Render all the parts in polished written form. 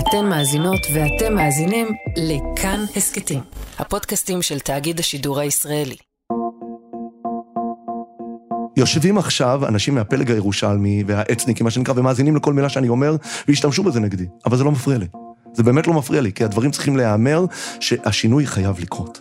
אתן מאזינות ואתם מאזינים לכאן הסקטים, הפודקאסטים של תאגיד השידור הישראלי. יושבים עכשיו אנשים מהפלג הירושלמי והאצניקים, מה שנקרא, ומאזינים לכל מילה שאני אומר, והשתמשו בזה נגדי. אבל זה לא מפריע לי. זה באמת לא מפריע לי, כי הדברים צריכים להיאמר שהשינוי חייב לקרות.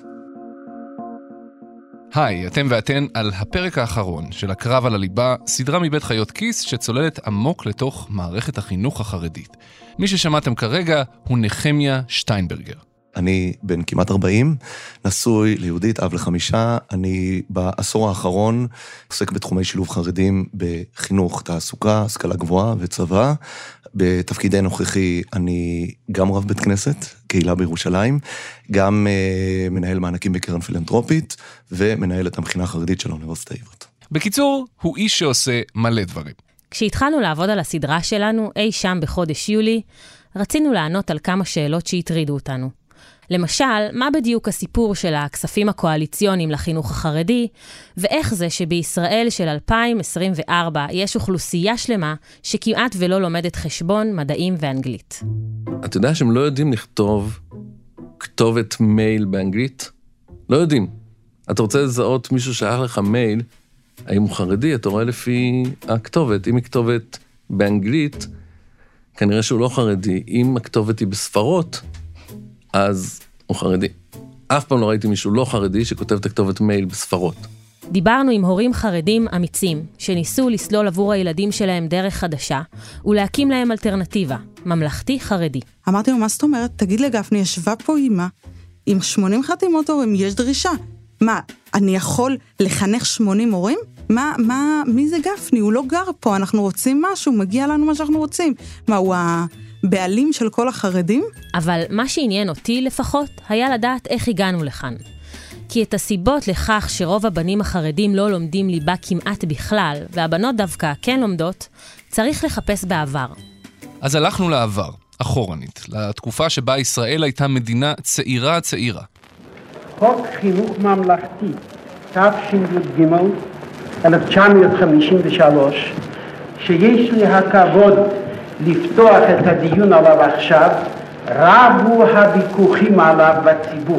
היי, אתם ואתן על הפרק האחרון של הקרב על הליבה, סדרה מבית חיות כיס שצוללת עמוק לתוך מערכת החינוך החרדית. מי ששמעתם כרגע הוא נחמיה שטיינברגר. אני בן כמעט 40, נשוי ליהודית, אב ל5, אני בעשור האחרון עוסק בתחומי שילוב חרדים בחינוך, תעסוקה, השכלה גבוהה וצבא. בתפקידי נוכחי אני גם רב בית כנסת, קהילה בירושלים, גם מנהל מענקים בקרן פילנתרופית, ומנהל את המכינה החרדית של האוניברסיטה העברית. בקיצור, הוא איש שעושה מלא דברים. כשהתחלנו לעבוד על הסדרה שלנו, אי שם בחודש יולי, רצינו לענות על כמה שאלות שהטרידו אותנו. למשל, מה בדיוק הסיפור של הכספים הקואליציוניים לחינוך החרדי, ואיך זה שבישראל של 2024 יש אוכלוסייה שלמה שכמעט ולא לומדת חשבון, מדעים ואנגלית. אתה יודע שהם לא יודעים לכתוב כתובת מייל באנגלית? לא יודעים. אתה רוצה לזהות מישהו שלח לך מייל, האם הוא חרדי, אתה רואה לפי הכתובת. אם היא כתובת באנגלית, כנראה שהוא לא חרדי. אם הכתובת היא בספרות, אז הוא חרדי. אף פעם לא ראיתי מישהו לא חרדי שכותב את הכתובת מייל בספרות. דיברנו עם הורים חרדים אמיצים, שניסו לסלול עבור הילדים שלהם דרך חדשה, ולהקים להם אלטרנטיבה, ממלכתי חרדי. אמרתי לו, מה זאת אומרת? תגיד לגפני, ישבה פה אמא, עם 80 חתימות הורים, יש דרישה. מה, אני יכול לחנך 80 הורים? מי זה גפני? הוא לא גר פה, אנחנו רוצים משהו, מגיע לנו מה שאנחנו רוצים. מה, הוא הבעלים של כל החרדים? אבל מה שעניין אותי לפחות, היה לדעת איך הגענו לכאן. כי את הסיבות לכך שרוב הבנים החרדים לא לומדים ליבה כמעט בכלל, והבנות דווקא כן לומדות, צריך לחפש בעבר. אז הלכנו לעבר, אחורנית, לתקופה שבה ישראל הייתה מדינה צעירה. חוק חינוך ממלכתי, תש"ג 1953, שיש לי הכבוד לפתוח את הדיון עליו עכשיו, רבו הוויכוחים עליו בציבור.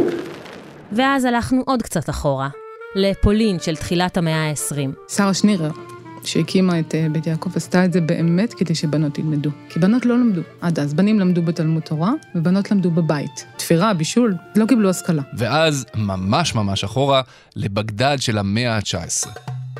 ואז הלכנו עוד קצת אחורה, לפולין של תחילת המאה ה-20. שרה שנירר, שהקימה את בית יעקב, עשתה את זה באמת כדי שבנות ילמדו. כי בנות לא למדו. עד אז בנים למדו בתלמוד תורה, ובנות למדו בבית. תפירה, בישול, לא קיבלו השכלה. ואז ממש אחורה, לבגדד של המאה ה-19.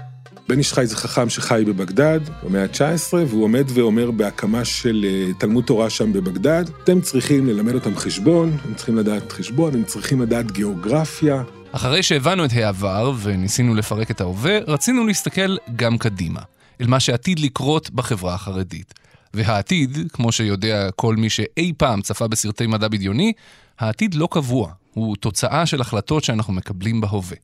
בן איש חי זה חכם שחי בבגדד, במאה ה-19, והוא עומד ואומר בהקמה של תלמוד תורה שם בבגדד, אתם צריכים ללמד אותם חשבון, הם צריכים לדעת חשבון, הם צריכים לדעת גיאוגרפיה. אחרי שהבנו את העבר וניסינו לפרק את ההווה, רצינו להסתכל גם קדימה, אל מה שעתיד לקרות בחברה החרדית. והעתיד, כמו שיודע כל מי שאי פעם צפה בסרטי מדע בדיוני, העתיד לא קבוע, הוא תוצאה של החלטות שאנחנו מקבלים בהווה.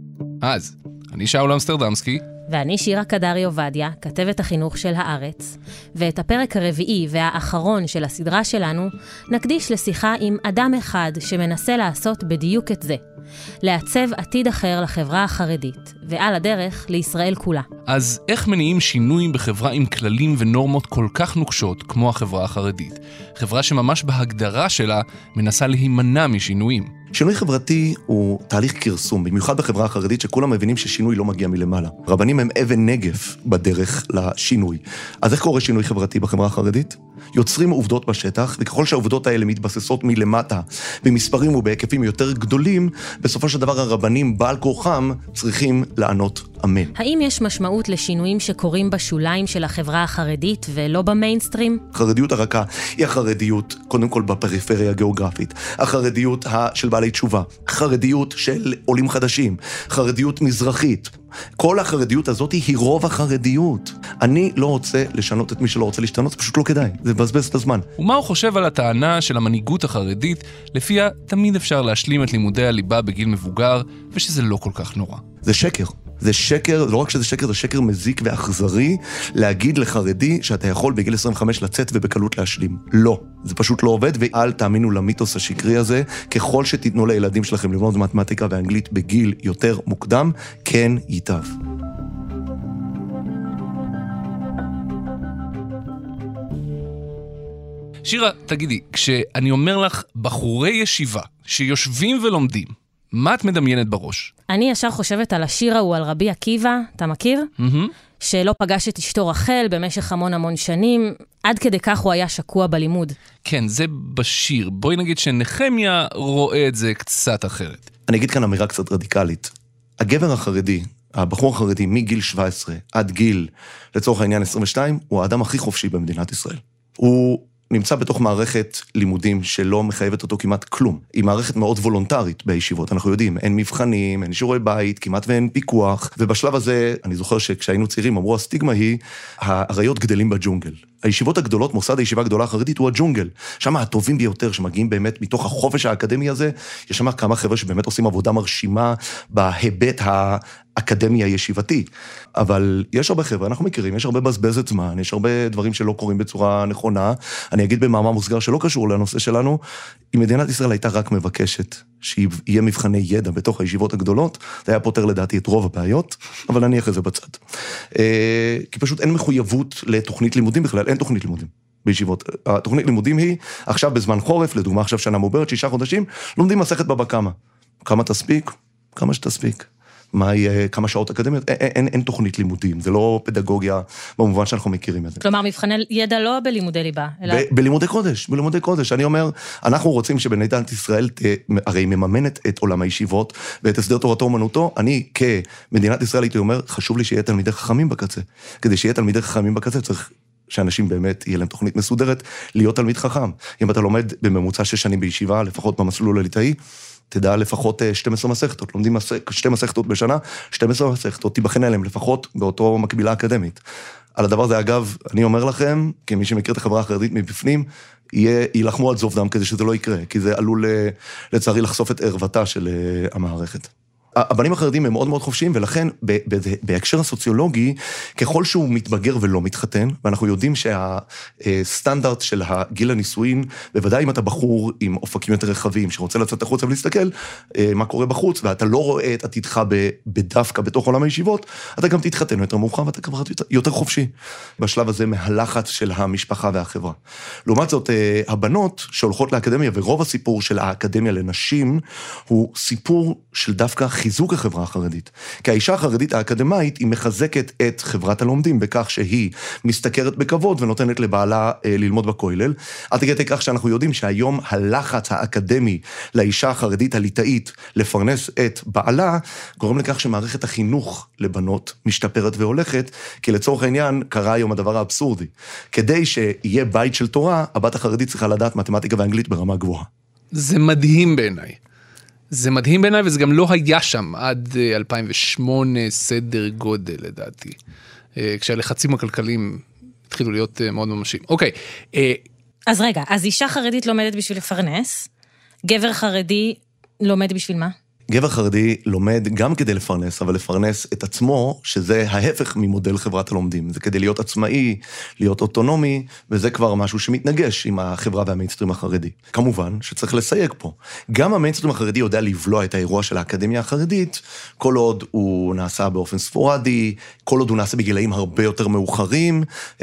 אז, אני שאול אמסטרדמסקי, ואני שירה קדרי עובדיה, כתבת החינוך של הארץ, ואת הפרק הרביעי והאחרון של הסדרה שלנו נקדיש לשיחה עם אדם אחד שמנסה לעשות בדיוק את זה, לעצב עתיד אחר לחברה החרדית, ועל הדרך לישראל כולה. אז איך מניעים שינויים בחברה עם כללים ונורמות כל כך נוקשות כמו החברה החרדית? חברה שממש בהגדרה שלה מנסה להימנע משינויים. שינוי חברתי הוא תהליך קרסום, במיוחד בחברה החרדית שכולם מבינים ששינוי לא מגיע מלמעלה. רבנים הם אבן נגף בדרך לשינוי. אז איך קורה שינוי חברתי בחברה החרדית? יוצרים עובדות בשטח, וככל שהעובדות האלה מתבססות מלמטה, במספרים ובהיקפים יותר גדולים, בסופו של דבר הרבנים בעל כורחם צריכים לענות אמן. האם יש משמעות לשינויים שקורים בשוליים של החברה החרדית ולא במיינסטרים? החרדיות הרכה היא החרדיות, קודם כל בפריפריה הגיאוגרפית, החרדיות של בעלי תשובה, חרדיות של עולים חדשים, חרדיות מזרחית. כל החרדיות הזאת היא רוב החרדיות. אני לא רוצה לשנות את מי שלא רוצה להשתנות, זה פשוט לא כדאי, זה מבזבז את הזמן. ומה הוא חושב על הטענה של המנהיגות החרדית, לפיה תמיד אפשר להשלים את לימודי הליבה בגיל מבוגר, ושזה לא כל כך נורא? זה שקר. זה שקר, לא רק שזה שקר, זה שקר מזיק ואכזרי להגיד לחרדי שאתה יכול בגיל 25 לצאת ובקלות להשלים. לא, זה פשוט לא עובד, ואל תאמינו למיתוס השקרי הזה. ככל שתיתנו לילדים שלכם ללמוד מתמטיקה ואנגלית בגיל יותר מוקדם, כן ייטב. שירה, תגידי, כשאני אומר לך בחורי ישיבה שיושבים ולומדים, מה את מדמיינת בראש? אני ישר חושבת על השיר ההוא על רבי עקיבא, אתה מכיר? שלא פגש את אשתו רחל במשך המון שנים, עד כדי כך הוא היה שקוע בלימוד. כן, זה בשיר. בואי נגיד שנחמיה רואה את זה קצת אחרת. אני אגיד כאן אמירה קצת רדיקלית. הגבר החרדי, הבחור החרדי מגיל 17 עד גיל, לצורך העניין 22, הוא האדם הכי חופשי במדינת ישראל. הוא נמצא בתוך מערכת לימודים שלא מחייבת אותו כמעט כלום. היא מערכת מאוד וולונטרית בישיבות, אנחנו יודעים, אין מבחנים, אין שיעורי בית, כמעט ואין פיקוח, ובשלב הזה, אני זוכר שכשהיינו צעירים, אמרו, הסטיגמה היא, האריות גדלים בג'ונגל. הישיבות הגדולות, מוסד הישיבה הגדולה החרדית, הוא הג'ונגל. שם הטובים ביותר שמגיעים באמת מתוך החופש האקדמי הזה, יש שם כמה חבר'ה שבאמת עושים עבודה מרשימה בהיבט האקדמי הישיבתי. אבל יש הרבה חבר'ה, אנחנו מכירים, יש הרבה בזבזת זמן, יש הרבה דברים שלא קורים בצורה נכונה. אני אגיד במאמר מוסגר שלא קשור לנושא שלנו, אם מדינת ישראל הייתה רק מבקשת שיהיה מבחני ידע בתוך הישיבות הגדולות, זה היה פותר לדעתי את רוב הבעיות, אבל נניח את זה בצד. כי פשוט אין מחויבות לתוכנית לימודים בכלל, אין תוכנית לימודים בישיבות. התוכנית לימודים היא, עכשיו בזמן חורף, לדוגמה עכשיו שנה מעוברת, 6 חודשים, לומדים מסכת בבא קמא. כמה תספיק? כמה שתספיק. מה יהיה, כמה שעות אקדמיות? אין תוכנית לימודים, זה לא פדגוגיה במובן שאנחנו מכירים את זה. כלומר, מבחני ידע לא בלימודי ליבה, אלא... בלימודי קודש. אני אומר, אנחנו רוצים שבמדינת ישראל הרי מממנת את עולם הישיבות ואת הסדר תורתו אומנותו, אני כמדינת ישראל הייתי אומר, חשוב לי שיהיה תלמידי חכמים בקצה. כדי שיהיה תלמידי חכמים בקצה, צריך שאנשים באמת יהיה להם תוכנית מסודרת להיות תלמיד חכם. אם אתה לומד בממוצע 6 שנים בישיבה, לפחות במסלול הליטאי, תדע לפחות 12 מסכתות, לומדים 2 מסכתות בשנה, 12 מסכתות, תיבחן עליהם לפחות באותו מקבילה אקדמית. על הדבר הזה, אגב, אני אומר לכם, כמי שמכיר את החברה החרדית מבפנים, ילחמו על זוב דם כדי שזה לא יקרה, כי זה עלול לצערי לחשוף את ערוותה של המערכת. הבנים החרדים הם מאוד מאוד חופשיים, ולכן בהקשר הסוציולוגי, ככל שהוא מתבגר ולא מתחתן, ואנחנו יודעים שהסטנדרט של הגיל הנישואין, בוודאי אם אתה בחור עם אופקים יותר רחבים, שרוצה לצאת החוצה ולהסתכל מה קורה בחוץ, ואתה לא רואה את עתידך בדווקא בתוך עולם הישיבות, אתה גם תתחתן יותר מאוחר, ואתה כבר יותר חופשי בשלב הזה מהלחץ של המשפחה והחברה. לעומת זאת, הבנות שהולכות לאקדמיה, ורוב הסיפור של האקדמיה לנשים, הוא סיפור של דווקא חיזוק החברה החרדית. כי האישה החרדית האקדמית היא מחזקת את חברת הלומדים בכך שהיא מסתכרת בכבוד ונותנת לבעלה ללמוד בכולל. עד כדי כך שאנחנו יודעים שהיום הלחץ האקדמי לאישה החרדית הליטאית לפרנס את בעלה, גורם לכך שמערכת החינוך לבנות משתפרת והולכת, כי לצורך העניין קרה היום הדבר האבסורדי. כדי שיהיה בית של תורה, הבת החרדית צריכה לדעת מתמטיקה ואנגלית ברמה גבוהה. זה מדהים בעיניי. זה מדהים בעיניי, וזה גם לא היה שם עד 2008 סדר גודל, לדעתי. כשהלחצים הכלכליים התחילו להיות מאוד ממשיים. אוקיי. אז רגע, אז אישה חרדית לומדת בשביל לפרנס, גבר חרדי לומד בשביל מה? גבר חרדי לומד גם כדי לפרנס, אבל לפרנס את עצמו, שזה ההפך ממודל חברת הלומדים. זה כדי להיות עצמאי, להיות אוטונומי, וזה כבר משהו שמתנגש עם החברה והמיינסטרים החרדי. כמובן שצריך לסייג פה. גם המיינסטרים החרדי יודע לבלוע את האירוע של האקדמיה החרדית, כל עוד הוא נעשה באופן ספורדי, כל עוד הוא נעשה בגילאים הרבה יותר מאוחרים,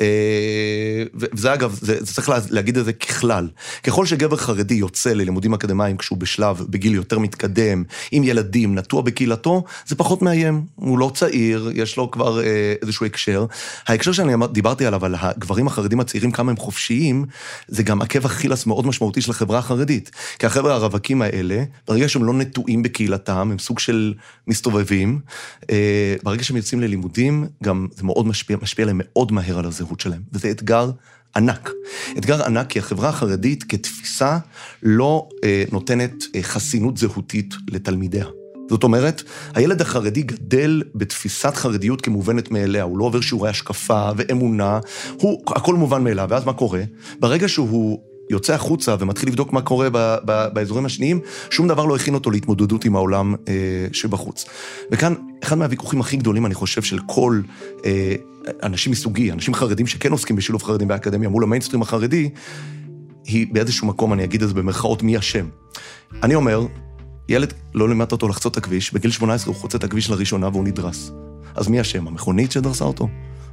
וזה אגב, זה צריך להגיד את זה ככלל. ככל שגבר חרדי יוצא ללימודים אקדמיים כשהוא בשלב, בגיל יותר מתקדם, עם ילדים, נטוע בקהילתו, זה פחות מאיים, הוא לא צעיר, יש לו כבר איזשהו הקשר. ההקשר שאני דיברתי עליו, על הגברים החרדים הצעירים, כמה הם חופשיים, זה גם עקב אכילס מאוד משמעותי של החברה החרדית. כי החבר'ה הרווקים האלה, ברגע שהם לא נטועים בקהילתם, הם סוג של מסתובבים, ברגע שהם יוצאים ללימודים, גם זה מאוד משפיע להם מאוד מהר על הזהות שלהם, וזה אתגר ענק. אתגר ענק כי החברה החרדית כתפיסה לא נותנת חסינות זהותית לתלמידיה. זאת אומרת, הילד החרדי גדל בתפיסת חרדיות כמובנת מאליה, הוא לא עובר שיעורי השקפה ואמונה, הכל מובן מאליו, ואז מה קורה? ברגע שהוא יוצא החוצה ומתחיל לבדוק מה קורה באזורים השניים, שום דבר לא הכין אותו להתמודדות עם העולם שבחוץ. וכאן, אחד מהוויכוחים הכי גדולים, אני חושב, של כל אנשים מסוגי, אנשים חרדים שכן עוסקים בשילוב חרדים באקדמיה, מול המיינסטרים החרדי, היא באיזשהו מקום, אני אגיד את זה במרכאות, מי השם. אני אומר, ילד לא לימדת אותו לחצות את הכביש, בגיל 18 הוא חוצה את הכביש לראשונה והוא נדרס. אז מי השם? המכונית שדרסה אותו?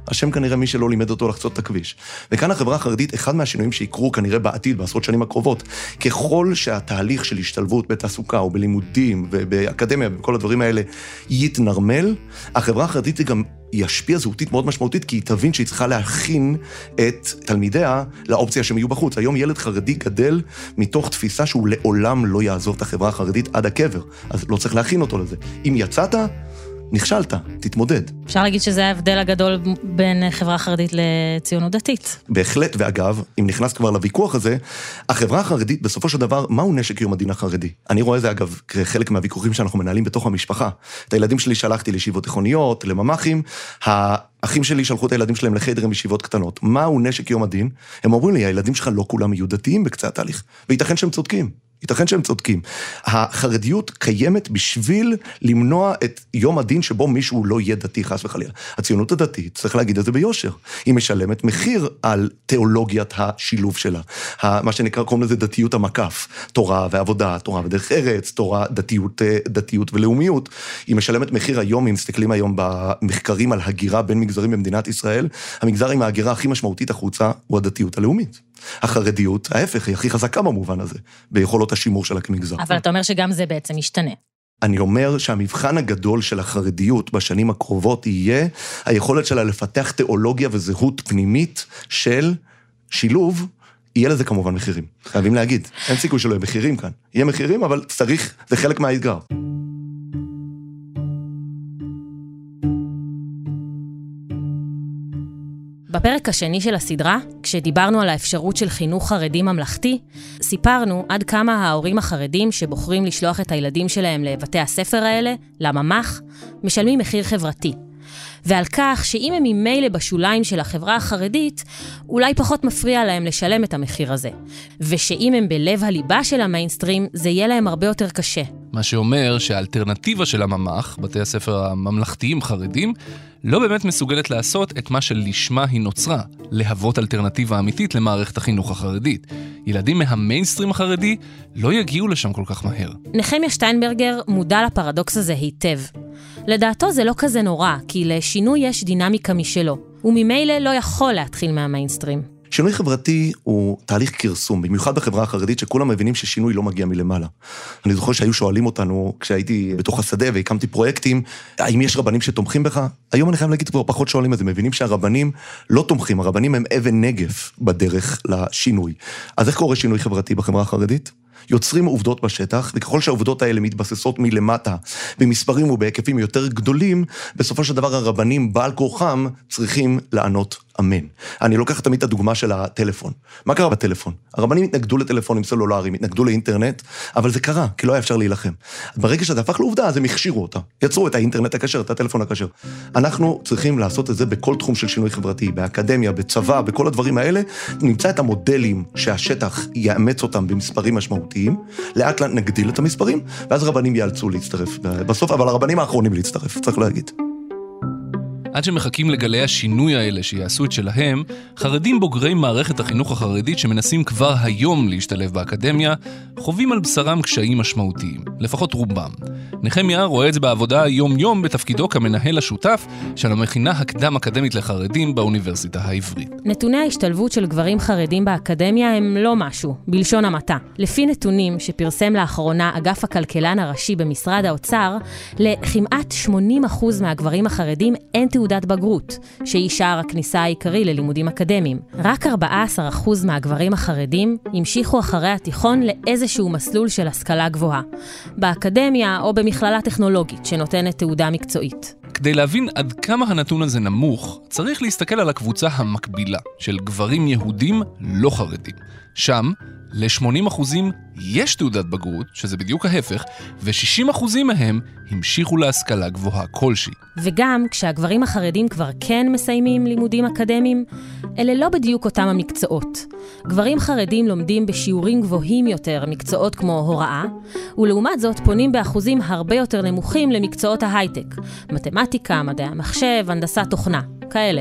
השם כנראה מי שלא לימד אותו לחצות את הכביש. וכאן החברה החרדית, אחד מהשינויים שיקרו כנראה בעתיד, בעשרות שנים הקרובות, ככל שהתהליך של השתלבות בתעסוקה או בלימודים ובאקדמיה ובכל הדברים האלה יתנרמל, החברה החרדית זה גם ישפיע זהותית מאוד משמעותית, כי היא תבין שהיא צריכה להכין את תלמידיה לאופציה שהם יהיו בחוץ. היום ילד חרדי גדל מתוך תפיסה שהוא לעולם לא יעזוב את החברה החרדית עד הקבר, אז לא צריך להכין אותו לזה. אם יצאת, נכשלת, תתמודד. אפשר להגיד שזה ההבדל הגדול בין חברה חרדית לציונות דתית. בהחלט, ואגב, אם נכנס כבר לוויכוח הזה, החברה החרדית בסופו של דבר, מהו נשק יום הדין החרדי? אני רואה זה אגב כחלק מהוויכוחים שאנחנו מנהלים בתוך המשפחה. את הילדים שלי שלחתי לישיבות תיכוניות, לממ"חים, האחים שלי שלחו את הילדים שלהם לחדר עם ישיבות קטנות. מהו נשק יום הדין? הם אומרים לי, הילדים שלך לא כולם יהיו דתיים בקצה התהליך, וייתכן שהם צודקים. ייתכן שהם צודקים. החרדיות קיימת בשביל למנוע את יום הדין שבו מישהו לא יהיה דתי, חס וחלילה. הציונות הדתית, צריך להגיד את זה ביושר, היא משלמת מחיר על תיאולוגיית השילוב שלה. מה שנקרא, קוראים לזה דתיות המקף. תורה ועבודה, תורה ודרך ארץ, תורה, דתיות ולאומיות. היא משלמת מחיר היום, אם מסתכלים היום במחקרים על הגירה בין מגזרים במדינת ישראל, המגזר עם ההגירה הכי משמעותית החוצה הוא הדתיות הלאומית. החרדיות, ההפך, היא הכי חזקה במובן הזה, ביכולות השימור שלה כמגזר. אבל אתה אומר שגם זה בעצם ישתנה. אני אומר שהמבחן הגדול של החרדיות בשנים הקרובות יהיה היכולת שלה לפתח תיאולוגיה וזהות פנימית של שילוב, יהיה לזה כמובן מחירים. חייבים להגיד, אין סיכוי שלא יהיה מחירים כאן. יהיה מחירים, אבל צריך, זה חלק מהאתגר. בפרק השני של הסדרה, כשדיברנו על האפשרות של חינוך חרדי ממלכתי, סיפרנו עד כמה ההורים החרדים שבוחרים לשלוח את הילדים שלהם לבתי הספר האלה, לממ"ח, משלמים מחיר חברתי. ועל כך שאם הם ממילא בשוליים של החברה החרדית, אולי פחות מפריע להם לשלם את המחיר הזה. ושאם הם בלב הליבה של המיינסטרים, זה יהיה להם הרבה יותר קשה. מה שאומר שהאלטרנטיבה של הממ"ח, בתי הספר הממלכתיים חרדים, לא באמת מסוגלת לעשות את מה שלשמה היא נוצרה, להוות אלטרנטיבה אמיתית למערכת החינוך החרדית. ילדים מהמיינסטרים החרדי לא יגיעו לשם כל כך מהר. נחמיה שטיינברגר מודע לפרדוקס הזה היטב. לדעתו זה לא כזה נורא, כי לשינוי יש דינמיקה משלו, וממילא לא יכול להתחיל מהמיינסטרים. שינוי חברתי הוא תהליך קרסום, במיוחד בחברה החרדית שכולם מבינים ששינוי לא מגיע מלמעלה. אני זוכר שהיו שואלים אותנו, כשהייתי בתוך השדה והקמתי פרויקטים, האם יש רבנים שתומכים בך? היום אני חייב להגיד כבר פחות שואלים את זה, מבינים שהרבנים לא תומכים, הרבנים הם אבן נגף בדרך לשינוי. אז איך קורה שינוי חברתי בחברה החרדית? יוצרים עובדות בשטח, וככל שהעובדות האלה מתבססות מלמטה, במספרים ובהיקפים יותר גדולים, בסופו של דבר הרבנים בעל כורחם צריכים לענות אמן. אני לוקח תמיד את הדוגמה של הטלפון. מה קרה בטלפון? הרבנים התנגדו לטלפונים סלולריים, התנגדו לאינטרנט, אבל זה קרה, כי לא היה אפשר להילחם. ברגע שזה הפך לעובדה, אז הם הכשירו אותה. יצרו את האינטרנט הכשר, את הטלפון הכשר. אנחנו צריכים לעשות את זה בכל תחום של שינוי חברתי, באקדמיה, בצבא, בכל הדברים האלה, נמצא את המודלים שהשטח יאמץ אותם במספרים משמעותיים, לאט לאט נגדיל את המספרים, ואז רבנים יאלצו להצטרף בסוף, אבל הרבנים האחרונים להצטרף, צריך להגיד. עד שמחכים לגלי השינוי האלה שיעשו את שלהם, חרדים בוגרי מערכת החינוך החרדית שמנסים כבר היום להשתלב באקדמיה, חווים על בשרם קשיים משמעותיים, לפחות רובם. נחמיה רואה את זה בעבודה יום-יום בתפקידו כמנהל השותף של המכינה הקדם-אקדמית לחרדים באוניברסיטה העברית. נתוני ההשתלבות של גברים חרדים באקדמיה הם לא משהו, בלשון המעטה. לפי נתונים שפרסם לאחרונה אגף הכלכלן הראשי במשרד האוצר, לכמעט 80% מהגברים החרדים אין תעודת בגרות, שהיא שער הכניסה העיקרי ללימודים אקדמיים. רק 14% מהגברים החרדים המשיכו אחרי התיכון לאיזשהו מסלול של השכלה גבוהה, באקדמיה או במכללה טכנולוגית שנותנת תעודה מקצועית. כדי להבין עד כמה הנתון הזה נמוך, צריך להסתכל על הקבוצה המקבילה של גברים יהודים לא חרדים. שם, ל-80% יש תעודת בגרות, שזה בדיוק ההפך, ו-60% מהם המשיכו להשכלה גבוהה כלשהי. וגם כשהגברים החרדים כבר כן מסיימים לימודים אקדמיים, אלה לא בדיוק אותם המקצועות. גברים חרדים לומדים בשיעורים גבוהים יותר מקצועות כמו הוראה, ולעומת זאת פונים באחוזים הרבה יותר נמוכים למקצועות ההייטק, מתמטיקה, מדעי המחשב, הנדסת תוכנה, כאלה.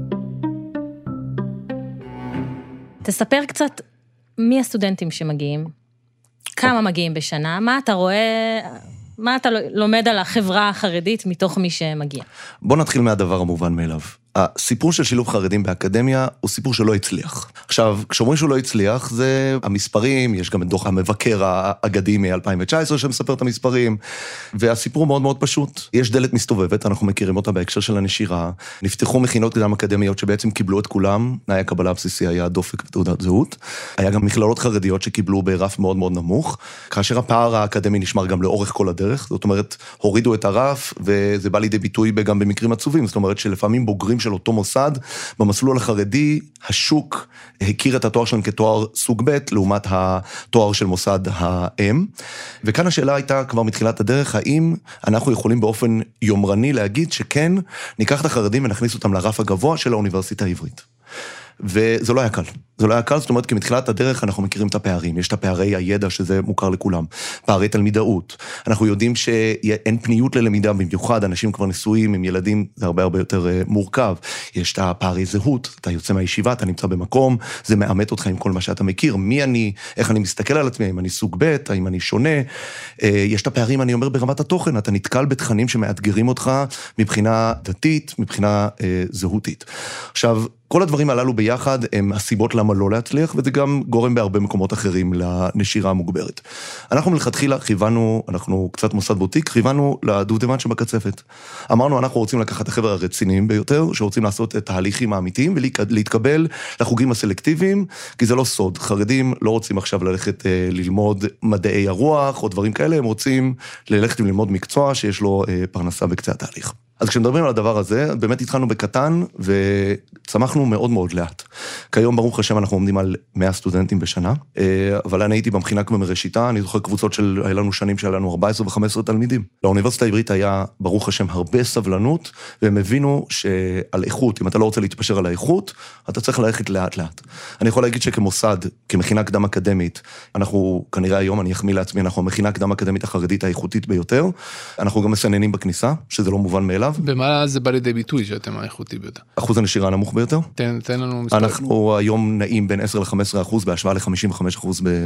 תספר קצת מי הסטודנטים שמגיעים, כמה מגיעים בשנה, מה אתה רואה, מה אתה לומד על החברה החרדית מתוך מי שמגיע? בוא נתחיל מהדבר המובן מאליו. הסיפור של שילוב חרדים באקדמיה הוא סיפור שלא הצליח. עכשיו, כשאומרים שהוא לא הצליח, זה המספרים, יש גם את דוח המבקר האגדי מ-2019 שמספר את המספרים, והסיפור מאוד מאוד פשוט. יש דלת מסתובבת, אנחנו מכירים אותה בהקשר של הנשירה, נפתחו מכינות קדם אקדמיות שבעצם קיבלו את כולם, תנאי הקבלה הבסיסי היה דופק ותעודת זהות, היה גם מכללות חרדיות שקיבלו ברף מאוד מאוד נמוך, כאשר הפער האקדמי נשמר גם לאורך כל הדרך, זאת אומרת, הורידו את הרף, וזה בא לידי ביטוי גם במקרים עצובים, זאת אומרת שלפעמים בוגרים של אותו מוסד, במסלול החרדי, השוק הכיר את התואר שלהם כתואר סוג ב' לעומת התואר של מוסד האם, וכאן השאלה הייתה כבר מתחילת הדרך, האם אנחנו יכולים באופן יומרני להגיד שכן, ניקח את החרדים ונכניס אותם לרף הגבוה של האוניברסיטה העברית. וזה לא היה קל. זה לא היה קל, זאת אומרת, כי מתחילת הדרך אנחנו מכירים את הפערים, יש את הפערי הידע שזה מוכר לכולם, פערי תלמידאות. אנחנו יודעים שאין פניות ללמידה במיוחד, אנשים כבר נשואים עם ילדים, זה הרבה הרבה יותר מורכב. יש את הפערי זהות, אתה יוצא מהישיבה, אתה נמצא במקום, זה מאמת אותך עם כל מה שאתה מכיר, מי אני, איך אני מסתכל על עצמי, האם אני סוג ב', האם אני שונה. יש את הפערים, אני אומר, ברמת התוכן, אתה נתקל בתכנים שמאתגרים אותך מבחינה דתית, מבחינה זהותית. עכשיו, כל הדברים הללו ביחד הם הסיבות למה לא להצליח, וזה גם גורם בהרבה מקומות אחרים לנשירה המוגברת. אנחנו מלכתחילה כיוונו, אנחנו קצת מוסד בוטיק, כיוונו לדובדבן שבקצפת. אמרנו, אנחנו רוצים לקחת את החבר'ה הרציניים ביותר, שרוצים לעשות את ההליכים האמיתיים, ולהתקבל לחוגים הסלקטיביים, כי זה לא סוד. חרדים לא רוצים עכשיו ללכת ללמוד מדעי הרוח, או דברים כאלה, הם רוצים ללכת וללמוד מקצוע שיש לו פרנסה בקצה התהליך. אז כשמדברים על הדבר הזה, באמת התחלנו בקטן, וצמחנו מאוד מאוד לאט. כיום, ברוך השם, אנחנו עומדים על 100 סטודנטים בשנה, אבל אני הייתי במכינה כבר מראשיתה, אני זוכר קבוצות של, היה לנו שנים שהיה לנו 14 ו-15 תלמידים. לאוניברסיטה העברית היה, ברוך השם, הרבה סבלנות, והם הבינו שעל איכות, אם אתה לא רוצה להתפשר על האיכות, אתה צריך ללכת לאט לאט. אני יכול להגיד שכמוסד, כמכינה קדם אקדמית, אנחנו כנראה היום, אני אחמיא לעצמי, אנחנו המכינה קדם אקדמית החרדית האיכותית ביותר. אנחנו גם מסננים בכניסה, שזה לא מובן מאליו. במה זה בא לידי ביטוי שאתם האיכותי ביותר? אחוז הנשירה הנמוך ביותר. תן לנו מספר. אנחנו היום נעים בין 10-15% בהשוואה ל-55%